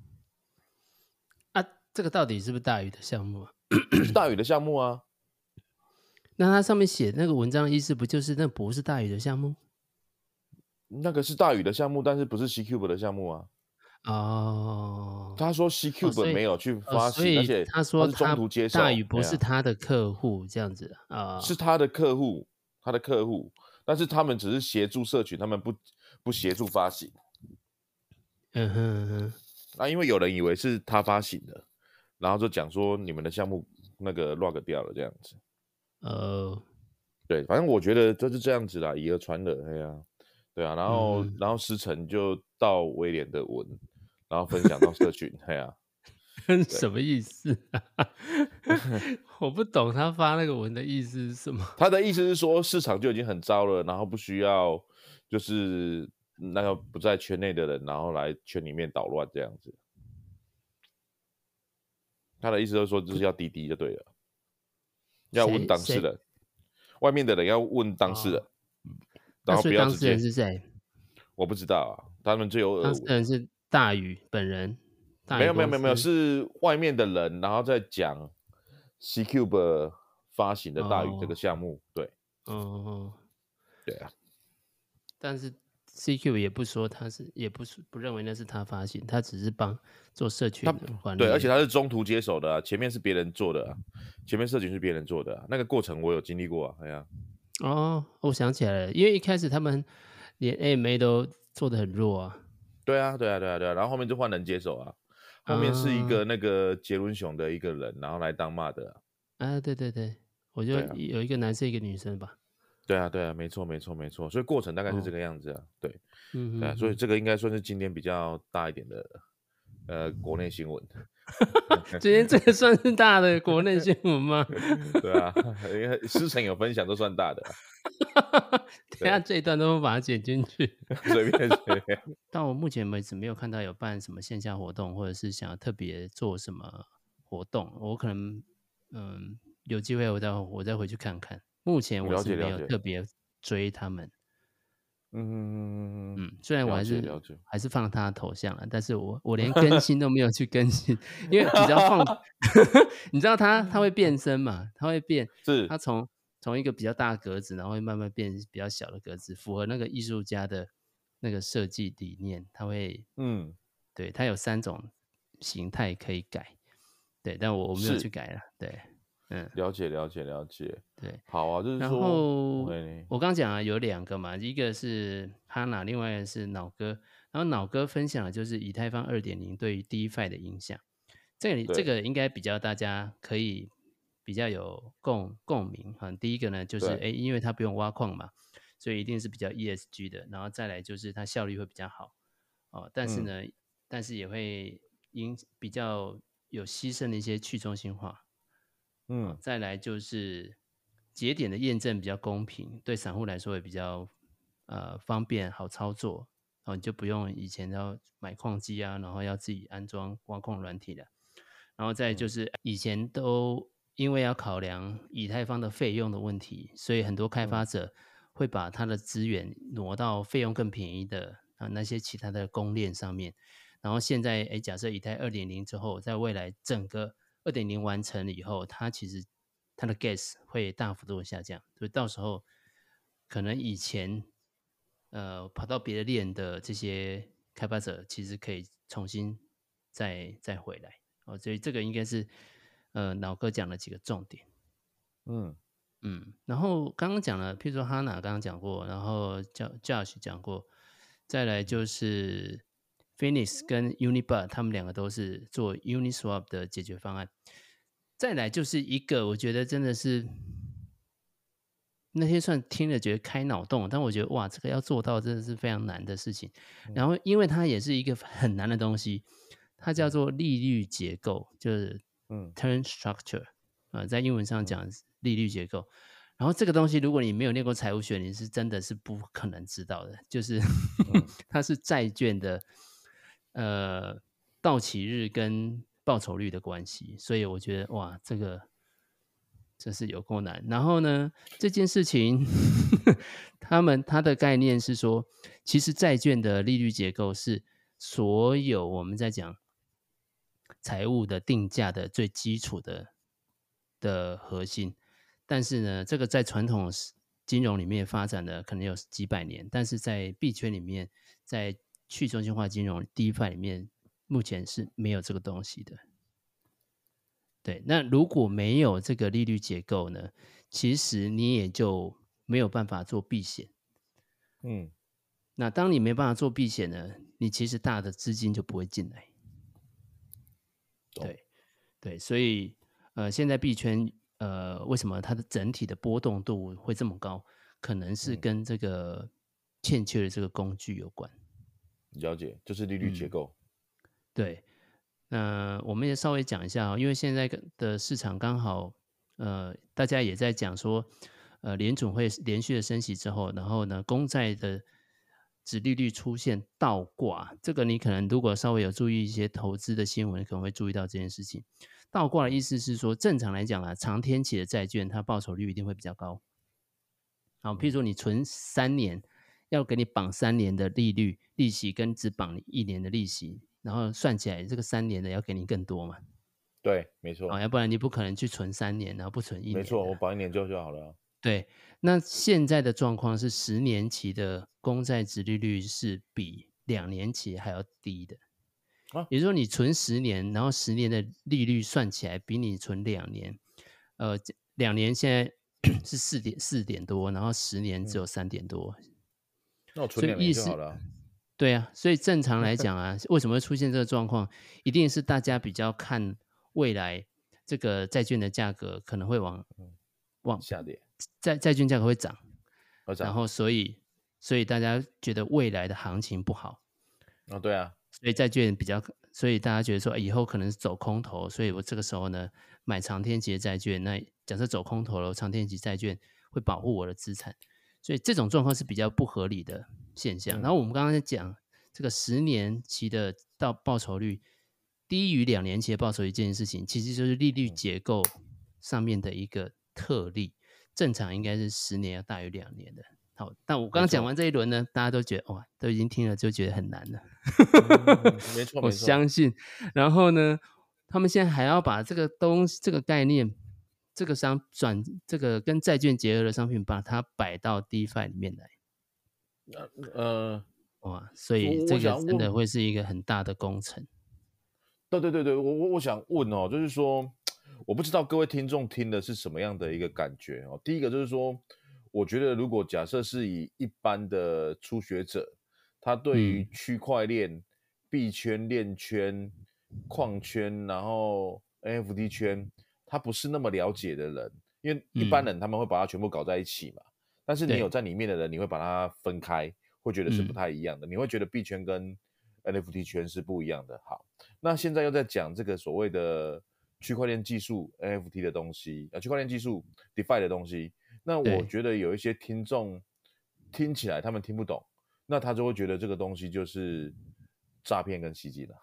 S2: 啊，这个到底是不是大宇的项目啊？
S1: 是大宇的项目啊。
S2: 那他上面写那个文章的意思不就是那不是大宇的项目？
S1: 那个是大宇的项目，但是不是 C-Cube 的项目啊？
S2: 哦，
S1: 他说 C-Cube 没有去发行，
S2: 哦、
S1: 而且
S2: 他说
S1: 他是中途接手，
S2: 大宇不是他的客户，这样子啊、
S1: 呃？是他的客户，他的客户。但是他们只是协助社群，他们不不协助发行。
S2: 嗯哼嗯哼。
S1: 那、啊、因为有人以为是他发行的，然后就讲说你们的项目那个 log 掉了这样子。
S2: 呃，
S1: 对，反正我觉得就是这样子啦，以讹传讹，哎呀、啊，对啊，然后、嗯、然后思成就到威廉的文，然后分享到社群，哎呀、啊。
S2: 什么意思啊？我不懂他发那个文的意思是什么。
S1: 他的意思是说市场就已经很糟了，然后不需要就是那个不在圈内的人，然后来圈里面捣乱这样子。他的意思就是说就是要滴滴就对了，要问当事人，外面的人要问当事人，哦、然后不要直接。
S2: 那所以当事人是谁？
S1: 我不知道啊，他们就有
S2: 当事人是大宇本人。
S1: 没有没有没有没有，是外面的人，然后再讲 C-Cube 发行的大宇这个项目，哦、对，
S2: 哦，
S1: 对啊，
S2: 但是 C-Cube 也不说他是，也不是不认为那是他发行，他只是帮做社群管理，
S1: 对，而且他是中途接手的啊，前面是别人做的啊，前面社群是别人做的啊，那个过程我有经历过啊，哎呀、
S2: 啊，哦，我想起来了，因为一开始他们连 A M A 都做得很弱啊，
S1: 对啊，对啊，对啊，对啊，然后后面就换人接手啊。后面是一个那个杰伦熊的一个人，然后来当骂的
S2: 啊，啊对对对，我就有一个男生一个女生吧。
S1: 对啊，对啊，没错，没错，没错，所以过程大概是这个样子啊，哦、对，嗯，对啊，所以这个应该算是今天比较大一点的呃国内新闻。
S2: 今天这个算是大的国内新闻吗？
S1: 对啊，因为思成有分享都算大的、
S2: 啊。等一下这一段都把它剪进去，
S1: 随便随便。
S2: 但我目前为止没有看到有办什么线下活动，或者是想要特别做什么活动，我可能嗯有机会我再我再回去看看。目前我是没有特别追他们。
S1: 嗯嗯嗯嗯
S2: 嗯，虽然我还是
S1: 了解
S2: 还是放他的头像了，但是我我连更新都没有去更新，因为你只要放，你知道他他会变身嘛，他会变，
S1: 是
S2: 他从从一个比较大的格子，然后会慢慢变比较小的格子，符合那个艺术家的那个设计理念，他会，
S1: 嗯，
S2: 对，他有三种形态可以改，对，但我我没有
S1: 是
S2: 去改了，对，嗯，
S1: 了解了解了解。
S2: 对。
S1: 好啊，就是
S2: 然
S1: 说
S2: 后
S1: ，OK，
S2: 我刚讲啊，有两个嘛，一个是哈娜，另外一个是脑哥。然后脑哥分享的就是以太坊 二点零 对于 DeFi 的影响。这里这
S1: 对
S2: 个应该比较大家可以比较有共共鸣哈。第一个呢，就是
S1: 对
S2: 哎，因为它不用挖矿嘛，所以一定是比较 E S G 的。然后再来就是它效率会比较好哦，但是呢，
S1: 嗯
S2: 但是也会因比较有牺牲的一些去中心化。
S1: 嗯
S2: 哦，再来就是节点的验证比较公平，对散户来说也比较呃方便好操作，哦，你就不用以前要买矿机啊，然后要自己安装挖矿软体的。然后再来就是以前都因为要考量以太坊的费用的问题，所以很多开发者会把他的资源挪到费用更便宜的啊那些其他的公链上面。然后现在，哎，假设以太 二点零 之后，在未来整个二点零完成了以后，它其实它的 gas 会大幅度的下降，所以到时候可能以前呃跑到别的链的这些开发者，其实可以重新再再回来哦，所以这个应该是呃脑哥讲的几个重点。
S1: 嗯
S2: 嗯，然后刚刚讲了，譬如说哈娜刚刚讲过，然后 Josh 讲过，再来就是 Phoenix 跟 Unibud 他们两个都是做 Uniswap 的解决方案。再来就是一个我觉得真的是那天算听了觉得开脑洞，但我觉得哇，这个要做到真的是非常难的事情。然后因为它也是一个很难的东西，它叫做利率结构，就是
S1: 嗯
S2: term structure。呃，在英文上讲利率结构，然后这个东西如果你没有念过财务学，你是真的是不可能知道的。就是它是债券的呃到期日跟报酬率的关系，所以我觉得哇，这个真是有够难。然后呢，这件事情他们他的概念是说，其实债券的利率结构是所有我们在讲财务的定价的最基础的。的核心，但是呢，这个在传统金融里面发展的可能有几百年，但是在币圈里面，在去中心化金融 DeFi 里面，目前是没有这个东西的。对，那如果没有这个利率结构呢，其实你也就没有办法做避险。嗯，那当你没办法做避险呢，你其实大的资金就不会进来。对，对，所以。呃，现在币圈呃，为什么它的整体的波动度会这么高？可能是跟这个欠缺的这个工具有关。
S1: 了解，就是利率结构。
S2: 嗯、对，那我们也稍微讲一下，因为现在的市场刚好呃，大家也在讲说，呃，联准会连续的升息之后，然后呢，公债的殖利率出现倒挂，这个你可能如果稍微有注意一些投资的新闻，可能会注意到这件事情。倒挂的意思是说，正常来讲啊，长天期的债券它报酬率一定会比较高。好，譬如说你存三年，要给你绑三年的利率利息，跟只绑你一年的利息，然后算起来这个三年的要给你更多嘛？
S1: 对，没错。
S2: 哦，要不然你不可能去存三年，然后不存一年。
S1: 没错，我绑一年就就好了。
S2: 对，那现在的状况是十年期的公债殖利率是比两年期还要低的。啊、也就是说，你存十年，然后十年的利率算起来比你存两年，呃，两年现在是四点四点多，然后十年只有三点多。嗯、
S1: 那我存两年就好了、啊。
S2: 对啊，所以正常来讲啊，为什么会出现这个状况？一定是大家比较看未来这个债券的价格可能会往往
S1: 下跌，
S2: 债债券价格会涨，
S1: 涨
S2: 然后所以所以大家觉得未来的行情不好。
S1: 哦，对啊。
S2: 所以债券比较，所以大家觉得说以后可能是走空头，所以我这个时候呢买长天期的债券，那假设走空头了，长天期债券会保护我的资产，所以这种状况是比较不合理的现象。嗯、然后我们刚刚在讲这个十年期的到报酬率低于两年期的报酬率这件事情，其实就是利率结构上面的一个特例，正常应该是十年要大于两年的。 好，但我刚刚讲完这一轮呢，大家都觉得哇，都已经听了就觉得很难了。
S1: 嗯、没错，
S2: 我
S1: 没错，
S2: 相信。然后呢，他们现在还要把这个东西、这个概念、这个商转、这个跟债券结合的商品，把它摆到 DeFi 里面来。
S1: 呃，
S2: 哇，所以这个真的
S1: 问
S2: 会是一个很大的工程。
S1: 对对对对，我我我想问哦，就是说，我不知道各位听众听的是什么样的一个感觉哦。第一个就是说，我觉得如果假设是以一般的初学者，他对于区块链、币圈、链圈、矿圈，然后 N F T 圈，他不是那么了解的人，因为一般人他们会把它全部搞在一起嘛。但是你有在里面的人，你会把它分开，会觉得是不太一样的。你会觉得币圈跟 N F T 圈是不一样的。好，那现在又在讲这个所谓的区块链技术 N F T 的东西，呃，区块链技术 DeFi 的东西。那我觉得有一些听众听起来他们听不懂，那他就会觉得这个东西就是诈骗跟袭击了。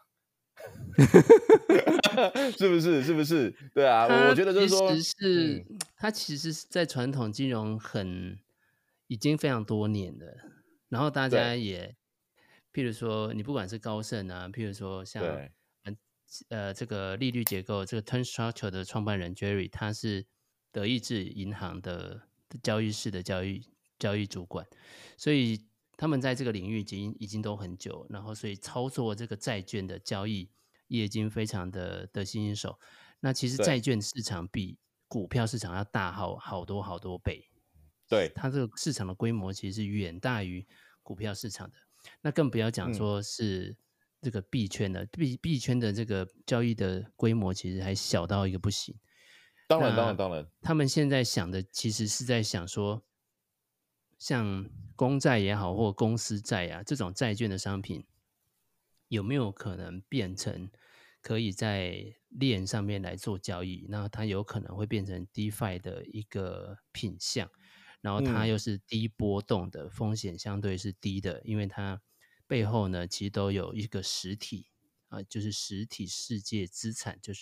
S1: 是不是？是不是？对啊，我觉得就是说，
S2: 其实是、嗯、它其实是在传统金融很已经非常多年了，然后大家也，譬如说你不管是高盛啊，譬如说像呃这个利率结构这个 Turn Structure 的创办人 Jerry， 他是德意志银行的交易室的交易交易主管，所以他们在这个领域已经已经都很久，然后所以操作这个债券的交易也已经非常的得心应手。那其实债券市场比股票市场要大好好多好多倍，
S1: 对，
S2: 它这个市场的规模其实是远大于股票市场的。那更不要讲说是这个币圈的，币币圈的这个交易的规模其实还小到一个不行。
S1: 当然，当然，当然，
S2: 他们现在想的其实是在想说，像公债也好，或公司债啊这种债券的商品，有没有可能变成可以在链上面来做交易？那它有可能会变成 DeFi 的一个品项，然后它又是低波动的，风险相对是低的，因为它背后呢其实都有一个实体啊、呃，就是实体世界资产，就是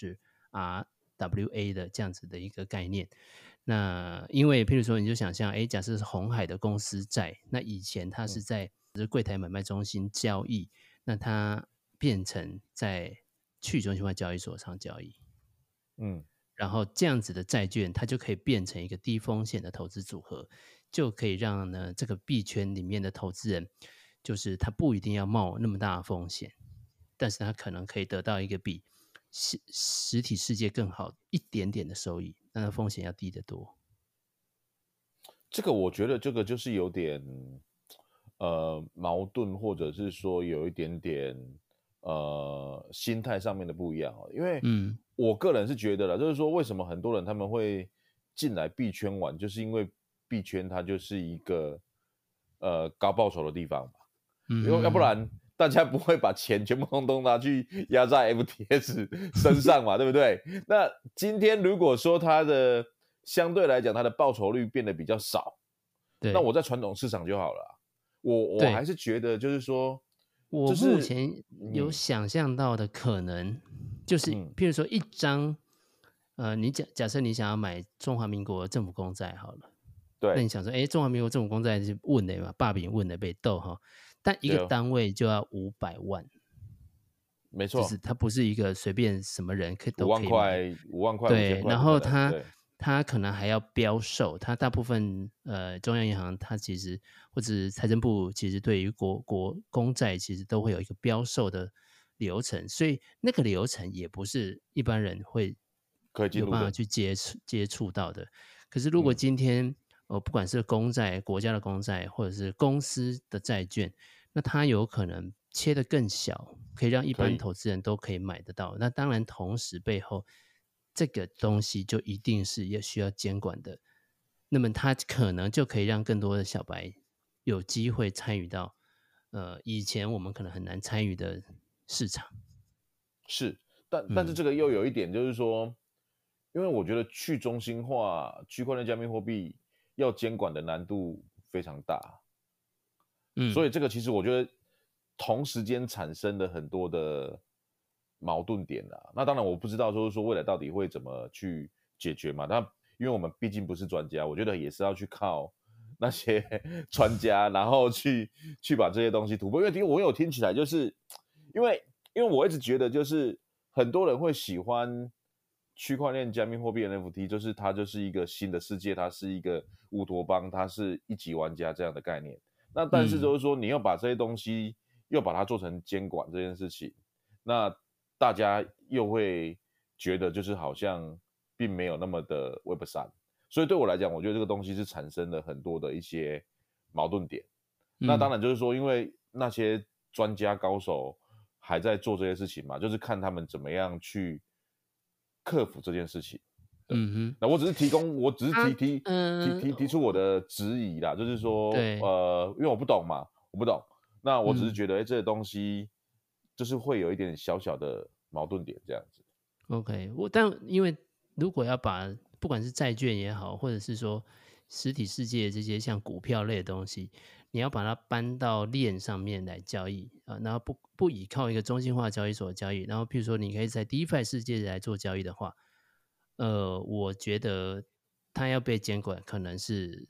S2: R W A 的这样子的一个概念。那因为譬如说你就想象，哎，假设是鸿海的公司债，那以前它是在柜台买卖中心交易，那它变成在去中心化交易所上交易，嗯，然后这样子的债券，它就可以变成一个低风险的投资组合，就可以让呢这个币圈里面的投资人，就是他不一定要冒那么大的风险，但是他可能可以得到一个比实实体世界更好一点点的收益，但它风险要低得多。
S1: 这个我觉得这个就是有点呃矛盾，或者是说有一点点呃心态上面的不一样哦。因为我个人是觉得啦，就是说为什么很多人他们会进来币圈玩，就是因为币圈它就是一个呃高报酬的地方嘛。嗯，要不然大家不会把钱全部通通拿去压在 F T S 身上嘛，对不对？那今天如果说它的相对来讲它的报酬率变得比较少，那我在传统市场就好了啊。我我还是觉得就是说，
S2: 我目前有想象到的可能，嗯、就是譬如说一张，呃，你假假设你想要买中华民国政府公债好了，
S1: 对，
S2: 那你想说，哎，中华民国政府公债是问的嘛，霸屏问的被斗哈，但一个单位就要五百万，
S1: 没错，
S2: 就是它不是一个随便什么人可以
S1: 都可以买，五万块，五万块，
S2: 对，然后它。它可能还要标售，它大部分呃中央银行它其实或者财政部其实对于国国公债其实都会有一个标售的流程，所以那个流程也不是一般人会有办法去接触接触到的。可是如果今天、嗯、呃不管是公债、国家的公债或者是公司的债券，那它有可能切得更小，可以让一般投资人都可以买得到。那当然同时背后这个东西就一定是也需要监管的，那么它可能就可以让更多的小白有机会参与到呃以前我们可能很难参与的市场。
S1: 是，但但是这个又有一点就是说、嗯、因为我觉得去中心化区块链加密货币要监管的难度非常大，嗯，所以这个其实我觉得同时间产生了很多的矛盾点啦。那当然我不知道就是说未来到底会怎么去解决嘛，那因为我们毕竟不是专家，我觉得也是要去靠那些专家，然后去去把这些东西突破。因为听我有听起来，就是因为因为我一直觉得，就是很多人会喜欢区块链、加密货币 N F T， 就是它就是一个新的世界，它是一个乌托邦，它是一级玩家这样的概念。那但是就是说，你要把这些东西又把它做成监管这件事情，那大家又会觉得就是好像并没有那么的 Web 三。所以对我来讲，我觉得这个东西是产生了很多的一些矛盾点。嗯、那当然就是说，因为那些专家高手还在做这些事情嘛，就是看他们怎么样去克服这件事情。嗯哼，那我只是提供，我只是提、啊、提、嗯、提提提出我的质疑啦，就是说，呃，因为我不懂嘛，我不懂，那我只是觉得，哎、嗯，这个东西就是会有一点小小的矛盾点这样子。
S2: OK， 我但因为如果要把不管是债券也好，或者是说实体世界这些像股票类的东西，你要把它搬到链上面来交易啊，然后不不依靠一个中心化交易所的交易，然后譬如说你可以在 DeFi 世界来做交易的话，呃，我觉得它要被监管，可能是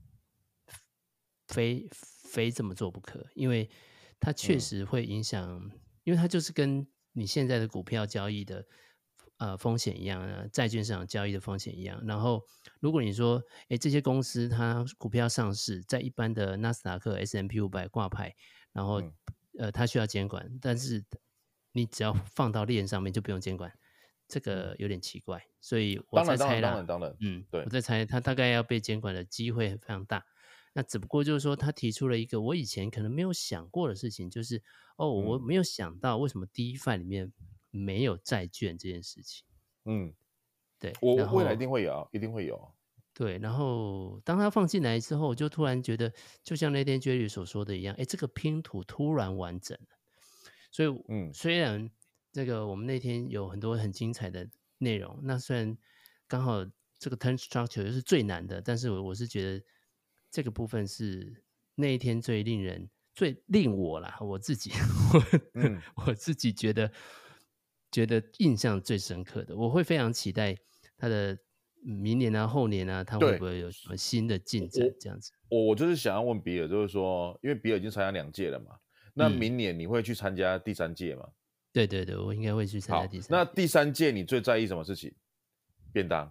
S2: 非非这么做不可，因为它确实会影响，嗯、因为它就是跟你现在的股票交易的。呃，风险一样啊，债券市场交易的风险一样。然后，如果你说，哎，这些公司它股票上市，在一般的纳斯达克 S and P 五百挂牌，然后、嗯、呃，它需要监管，但是你只要放到链上面就不用监管，这个有点奇怪。所以我在猜啦，
S1: 当然当然当然，
S2: 嗯，对，我在猜它大概要被监管的机会非常大。那只不过就是说，他提出了一个我以前可能没有想过的事情，就是哦，我没有想到为什么 DeFi 里面没有债券这件事情。嗯，对，
S1: 我未来一定会有，一定会有。
S2: 对，然后当他放进来之后，我就突然觉得，就像那天 Jerry 所说的一样，哎，这个拼图突然完整了。所以，嗯，虽然这个我们那天有很多很精彩的内容，那虽然刚好这个 turn structure 是最难的，但是我我是觉得这个部分是那一天最令人最令我啦，我自己，嗯、我自己觉得。觉得印象最深刻的，我会非常期待他的明年啊、后年啊，他会不会有什么新的进展？这样子，
S1: 我我就是想要问比尔，就是说，因为比尔已经参加两届了嘛，那明年你会去参加第三届吗？嗯、
S2: 对对对，我应该会去参加第三届。
S1: 那第三届你最在意什么事情？便当。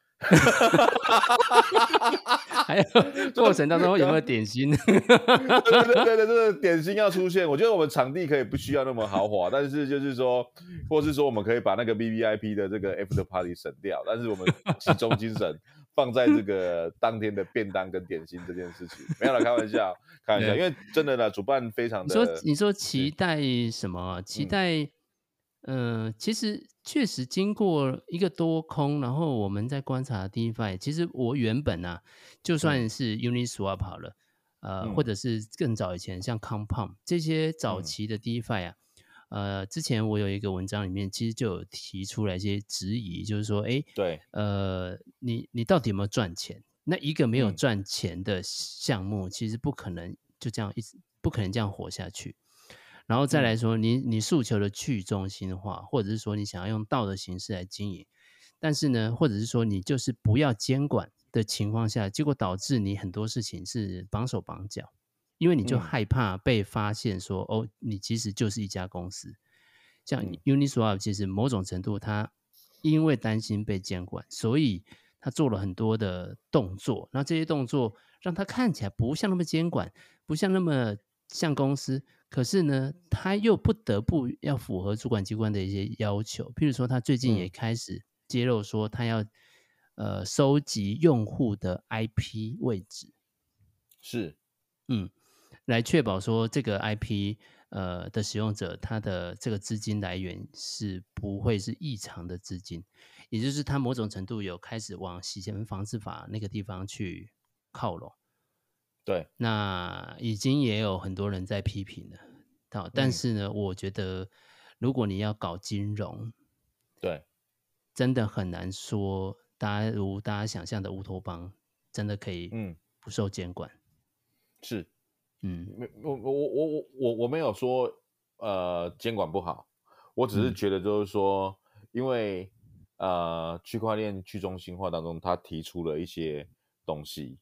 S2: 还有过程当中有没有点心？
S1: 对对对对对，点心要出现。我觉得我们场地可以不需要那么豪华，但是就是说，或是说我们可以把那个 V V I P 的这个 After Party 省掉，但是我们集中精神放在这个当天的便当跟点心这件事情。没有啦，开玩笑，开玩笑，因为真的呢，主办非常的。
S2: 你说你说期待什么？期待。嗯嗯、呃，其实确实经过一个多空，然后我们在观察 DeFi， 其实我原本啊，就算是 Uniswap 好了，呃，嗯、或者是更早以前像 Compound 这些早期的 DeFi 啊，嗯、呃，之前我有一个文章里面其实就有提出来一些质疑，就是说，哎，
S1: 对，
S2: 呃，你你到底有没有赚钱？那一个没有赚钱的项目，嗯、其实不可能就这样一直不可能这样活下去。然后再来说，你你诉求的去中心化，或者是说你想要用道的形式来经营，但是呢，或者是说你就是不要监管的情况下，结果导致你很多事情是绑手绑脚，因为你就害怕被发现说，嗯、哦，你其实就是一家公司。像 Uniswap 其实某种程度，它因为担心被监管，所以他做了很多的动作，那这些动作让他看起来不像那么监管，不像那么像公司。可是呢，他又不得不要符合主管机关的一些要求，譬如说，他最近也开始揭露说，他要、嗯、呃收集用户的 I P 位置，
S1: 是，
S2: 嗯，来确保说这个 I P 呃的使用者，他的这个资金来源是不会是异常的资金，也就是他某种程度有开始往洗钱防治法那个地方去靠拢。
S1: 对，
S2: 那已经也有很多人在批评了，好，但是呢，嗯、我觉得如果你要搞金融，
S1: 对，
S2: 真的很难说，大家如大家想象的乌托邦，真的可以不受监管。嗯、
S1: 是，
S2: 嗯，
S1: 我我我我我我没有说呃监管不好，我只是觉得就是说，嗯、因为呃区块链去中心化当中，他提出了一些东西。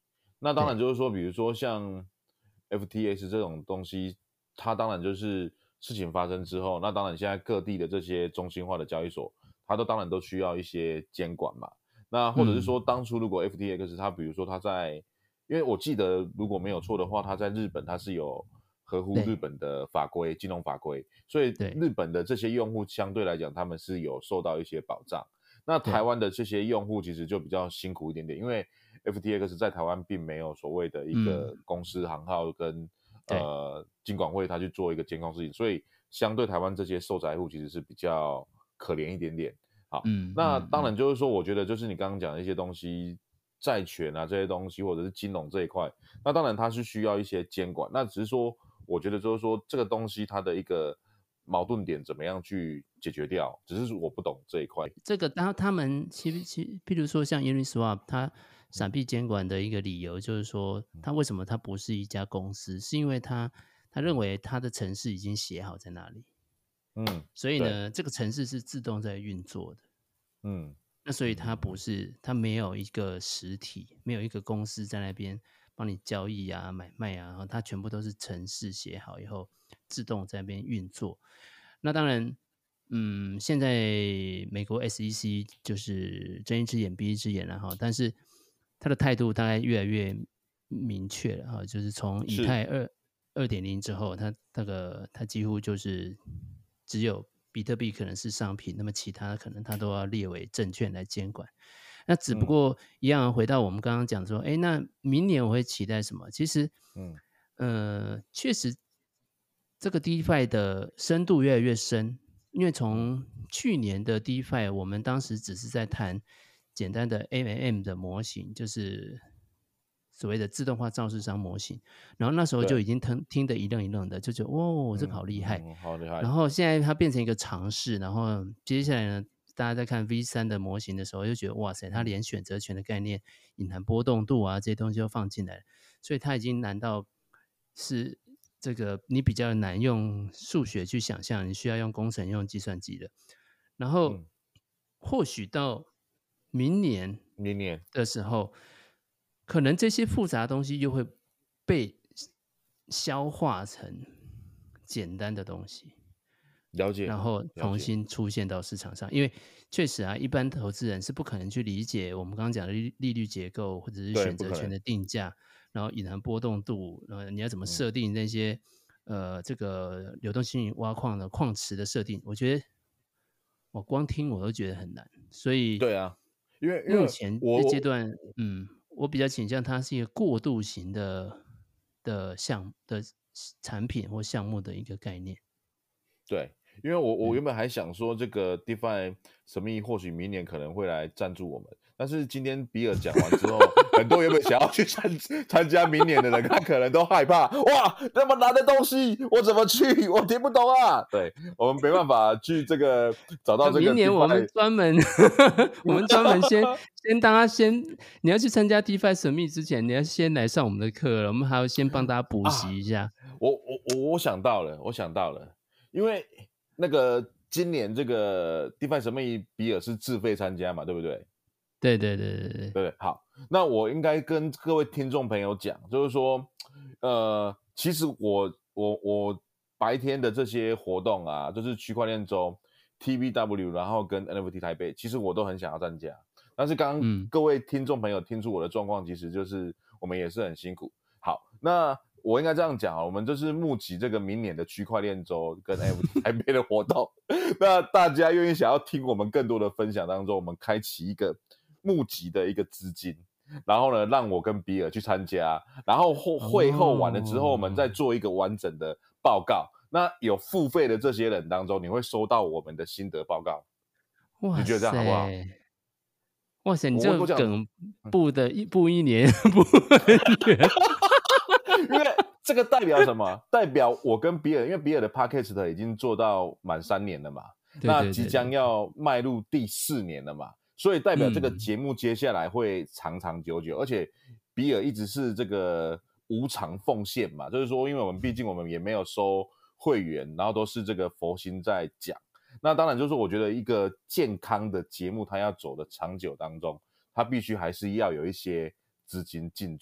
S1: 那当然就是说，比如说像 F T X 这种东西，它当然就是事情发生之后，那当然现在各地的这些中心化的交易所，它都当然都需要一些监管嘛。那或者是说，当初如果 F T X 它比如说它在，因为我记得如果没有错的话，它在日本它是有合乎日本的法规、金融法规，所以日本的这些用户相对来讲，他们是有受到一些保障。那台湾的这些用户其实就比较辛苦一点点，因为 F T X 在台湾并没有所谓的一个公司行号跟、嗯、呃金管会他去做一个监控事情，所以相对台湾这些受宅户其实是比较可怜一点点。好，嗯，那当然就是说，我觉得就是你刚刚讲的一些东西，债权啊这些东西，或者是金融这一块，那当然它是需要一些监管。那只是说，我觉得就是说这个东西它的一个矛盾点怎么样去解决掉，只是我不懂这一块。
S2: 这个当他们其实其譬如说像 Uniswap， 它闪避监管的一个理由就是说，它为什么它不是一家公司，是因为它他认为它的程式已经写好在那里，嗯，所以呢，这个程式是自动在运作的，嗯，那所以它不是，它没有一个实体，没有一个公司在那边帮你交易啊、买卖啊，然后它全部都是程式写好以后自动在那边运作。那当然，嗯，现在美国 S E C 就是睁一只眼闭一只眼了哈，但是他的态度大概越来越明确了哈，就是从以太二二点零之后，他那个他几乎就是只有比特币可能是商品，那么其他可能他都要列为证券来监管。那只不过一样回到我们刚刚讲说，哎、嗯，那明年我会期待什么？其实，嗯，呃，确实。这个 DeFi 的深度越来越深，因为从去年的 DeFi， 我们当时只是在谈简单的 M M M 的模型，就是所谓的自动化造市商模型，然后那时候就已经听听得一愣一愣的，就觉得哦，这个好厉害、
S1: 嗯嗯，好厉害。
S2: 然后现在它变成一个尝试，然后接下来呢，大家在看 V 三 的模型的时候，就觉得哇塞，它连选择权的概念、隐含波动度啊这些东西都放进来了，所以它已经难到是。这个你比较难用数学去想象，你需要用工程用计算机的。然后、嗯、或许到明年
S1: 明年
S2: 的时候，可能这些复杂的东西又会被消化成简单的东西，
S1: 了解，
S2: 然后重新出现到市场上。因为确实啊，一般投资人是不可能去理解我们刚刚讲的利率结构或者是选择权的定价。然后隐含波动度，呃，你要怎么设定那些、嗯、呃这个流动性挖矿的矿池的设定？我觉得我光听我都觉得很难，所以
S1: 对啊，因为
S2: 目前这阶段，嗯，我比较倾向它是一个过渡型的的项的产品或项目的一个概念。
S1: 对，因为我我原本还想说这个 DeFi 神秘或许明年可能会来赞助我们。但是今天比尔讲完之后，很多原本想要去参参加明年的人，他可能都害怕，哇，那么难的东西，我怎么去？我听不懂啊！对，我们没办法去这个找到这个。
S2: 明年我们专门，我们专门先先大家先，你要去参加 DeFi 神秘之前，你要先来上我们的课了，我们还要先帮大家补习一下。啊、
S1: 我我我我想到了，我想到了，因为那个今年这个 DeFi 神秘比尔是自费参加嘛，对不对？
S2: 对对对对对
S1: 对，好，那我应该跟各位听众朋友讲，就是说，呃，其实我我我白天的这些活动啊，就是区块链周、T V W， 然后跟 N F T 台北，其实我都很想要参加。但是刚刚各位听众朋友听出我的状况，其实就是我们也是很辛苦。好，那我应该这样讲啊，我们就是募集这个明年的区块链周跟 N F T 台北的活动。那大家愿意想要听我们更多的分享当中，我们开启一个募集的一个资金，然后呢，让我跟比尔去参加，然后会后完了之后，我们再做一个完整的报告。那有付费的这些人当中，你会收到我们的心得报告。你觉得这样好不好？
S2: 哇塞，你这个梗布的一布一年，布很远。
S1: 因为这个代表什么？代表我跟比尔，因为比尔的 Podcast 已经做到满三年了嘛，对对对对，那即将要迈入第四年了嘛。所以代表这个节目接下来会长长久久、嗯、而且比尔一直是这个无偿奉献嘛，就是说因为我们毕竟我们也没有收会员，然后都是这个佛心在讲。那当然就是我觉得一个健康的节目它要走的长久当中，它必须还是要有一些资金进驻。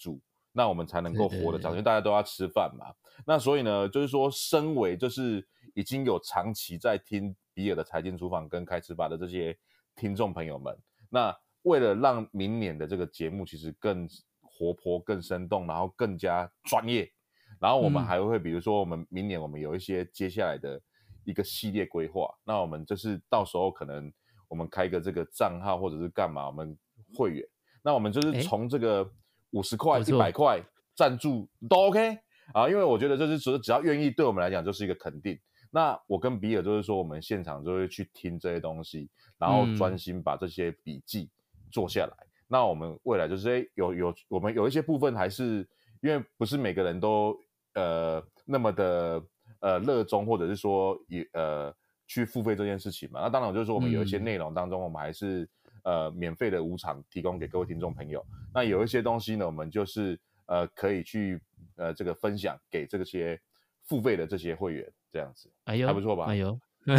S1: 那我们才能够活得长，因为大家都要吃饭嘛。那所以呢，就是说，身为就是已经有长期在听比尔的财经厨房跟开吃吧的这些听众朋友们，那为了让明年的这个节目其实更活泼、更生动，然后更加专业，然后我们还会比如说，我们明年我们有一些接下来的一个系列规划，那我们就是到时候可能我们开个这个账号或者是干嘛，我们会员，那我们就是从这个五十块、一百块赞助都 OK 啊，因为我觉得这是只要愿意，对我们来讲就是一个肯定。那我跟比尔就是说，我们现场就会去听这些东西，然后专心把这些笔记做下来。嗯、那我们未来就是哎，有有我们有一些部分还是因为不是每个人都呃那么的呃热衷，或者是说也呃去付费这件事情嘛。那当然就是说我们有一些内容当中，我们还是、嗯、呃免费的无偿提供给各位听众朋友。那有一些东西呢，我们就是呃可以去呃这个分享给这些付费的这些会员。这样子，
S2: 哎呦，
S1: 还不错吧？
S2: 哎呦，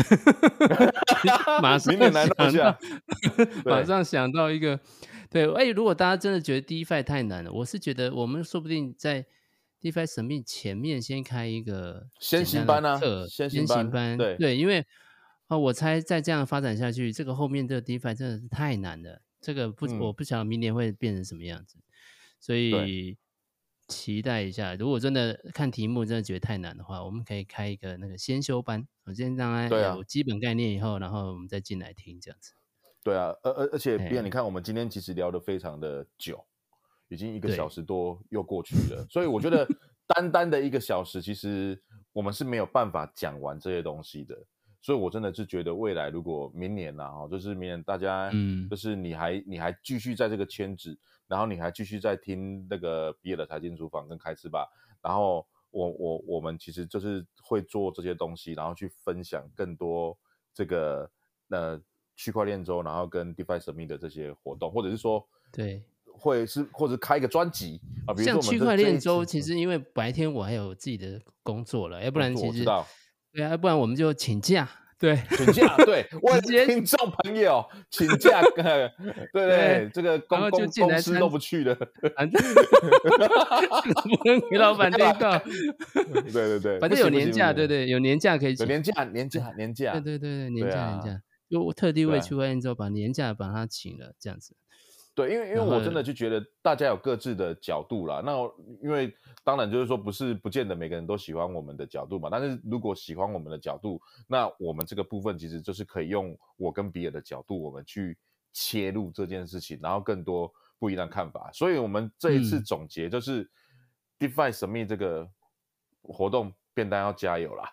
S2: 马上
S1: 想到，
S2: 马上想到一个，对，哎，如果大家真的觉得 DeFi 太难了，我是觉得我们说不定在 DeFi 神秘前面先开一个
S1: 先行班啊，
S2: 先行班，
S1: 班对
S2: 对，因为啊，我猜再这样发展下去，这个后面这个 DeFi 真的是太难了，这个不，嗯、我不晓得明年会变成什么样子，所以。期待一下，如果真的看题目真的觉得太难的话，我们可以开一个那个先修班，我先让他有基本概念以后，啊、然后我们再进来听这样子。
S1: 对啊，而而而且比尔，你看我们今天其实聊得非常的久，已经一个小时多又过去了，所以我觉得单单的一个小时，其实我们是没有办法讲完这些东西的。所以我真的是觉得未来如果明年啊，就是明年大家，嗯，就是你还你还继续在这个圈子。然后你还继续在听那个比尔的财经厨房跟开吃吧，然后我我我们其实就是会做这些东西，然后去分享更多这个呃区块链周，然后跟 DeFi 神秘的这些活动，或者是说
S2: 对，
S1: 会是或者开一个专辑啊，比如说我们
S2: 像区块链周，其实因为白天我还有自己的工作了，要不然其实
S1: 我知道，
S2: 对啊，要不然我们就请假。对，
S1: 请假，对，为听众朋友请假，对对对，这个公公公司都不去的，
S2: 反正不能给老板听到。
S1: 对对对，
S2: 反正有年假，对对，有年假可以请，
S1: 有年假，年假，年假，
S2: 对对对，年假年假，就我特地为区块链之后把年假把它请了，这样子。
S1: 对，因为因为我真的就觉得大家有各自的角度啦。那因为当然就是说不是不见得每个人都喜欢我们的角度嘛。但是如果喜欢我们的角度，那我们这个部分其实就是可以用我跟比尔的角度，我们去切入这件事情，然后更多不一样的看法。所以我们这一次总结就是、嗯、DeFi 神秘这个活动便当要加油啦。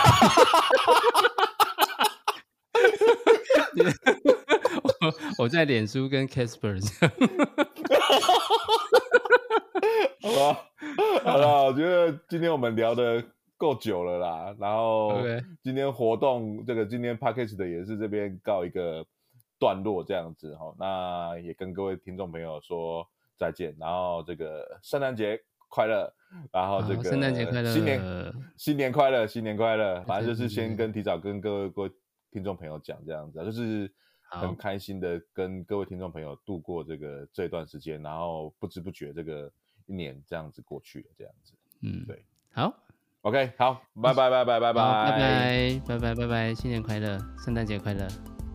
S2: 我, 我在脸书跟 Casper 这样
S1: 好吧，好了，我觉得今天我们聊得够久了啦，然后今天活动这个今天 Podcast 的也是这边告一个段落这样子齁，那也跟各位听众朋友说再见，然后这个圣诞节快乐，然后这个
S2: 圣诞节快乐，
S1: 新年新年快乐，新年快乐，反正就是先跟提早跟各位各位听众朋友讲这样子，就是很开心的跟各位听众朋友度过这个这一段时间，然后不知不觉这个一年这样子过去了，这样子，
S2: 嗯，
S1: 对，
S2: 好
S1: ，OK， 好，拜拜拜拜拜拜
S2: 拜拜拜拜拜拜，新年快乐，圣诞节快乐。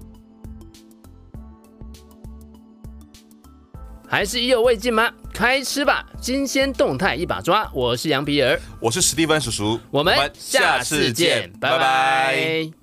S2: 还是意犹未尽吗？开吃吧，新鲜动态一把抓。我是杨比尔，
S3: 我是史蒂芬叔叔，
S2: 我们下次见，拜拜。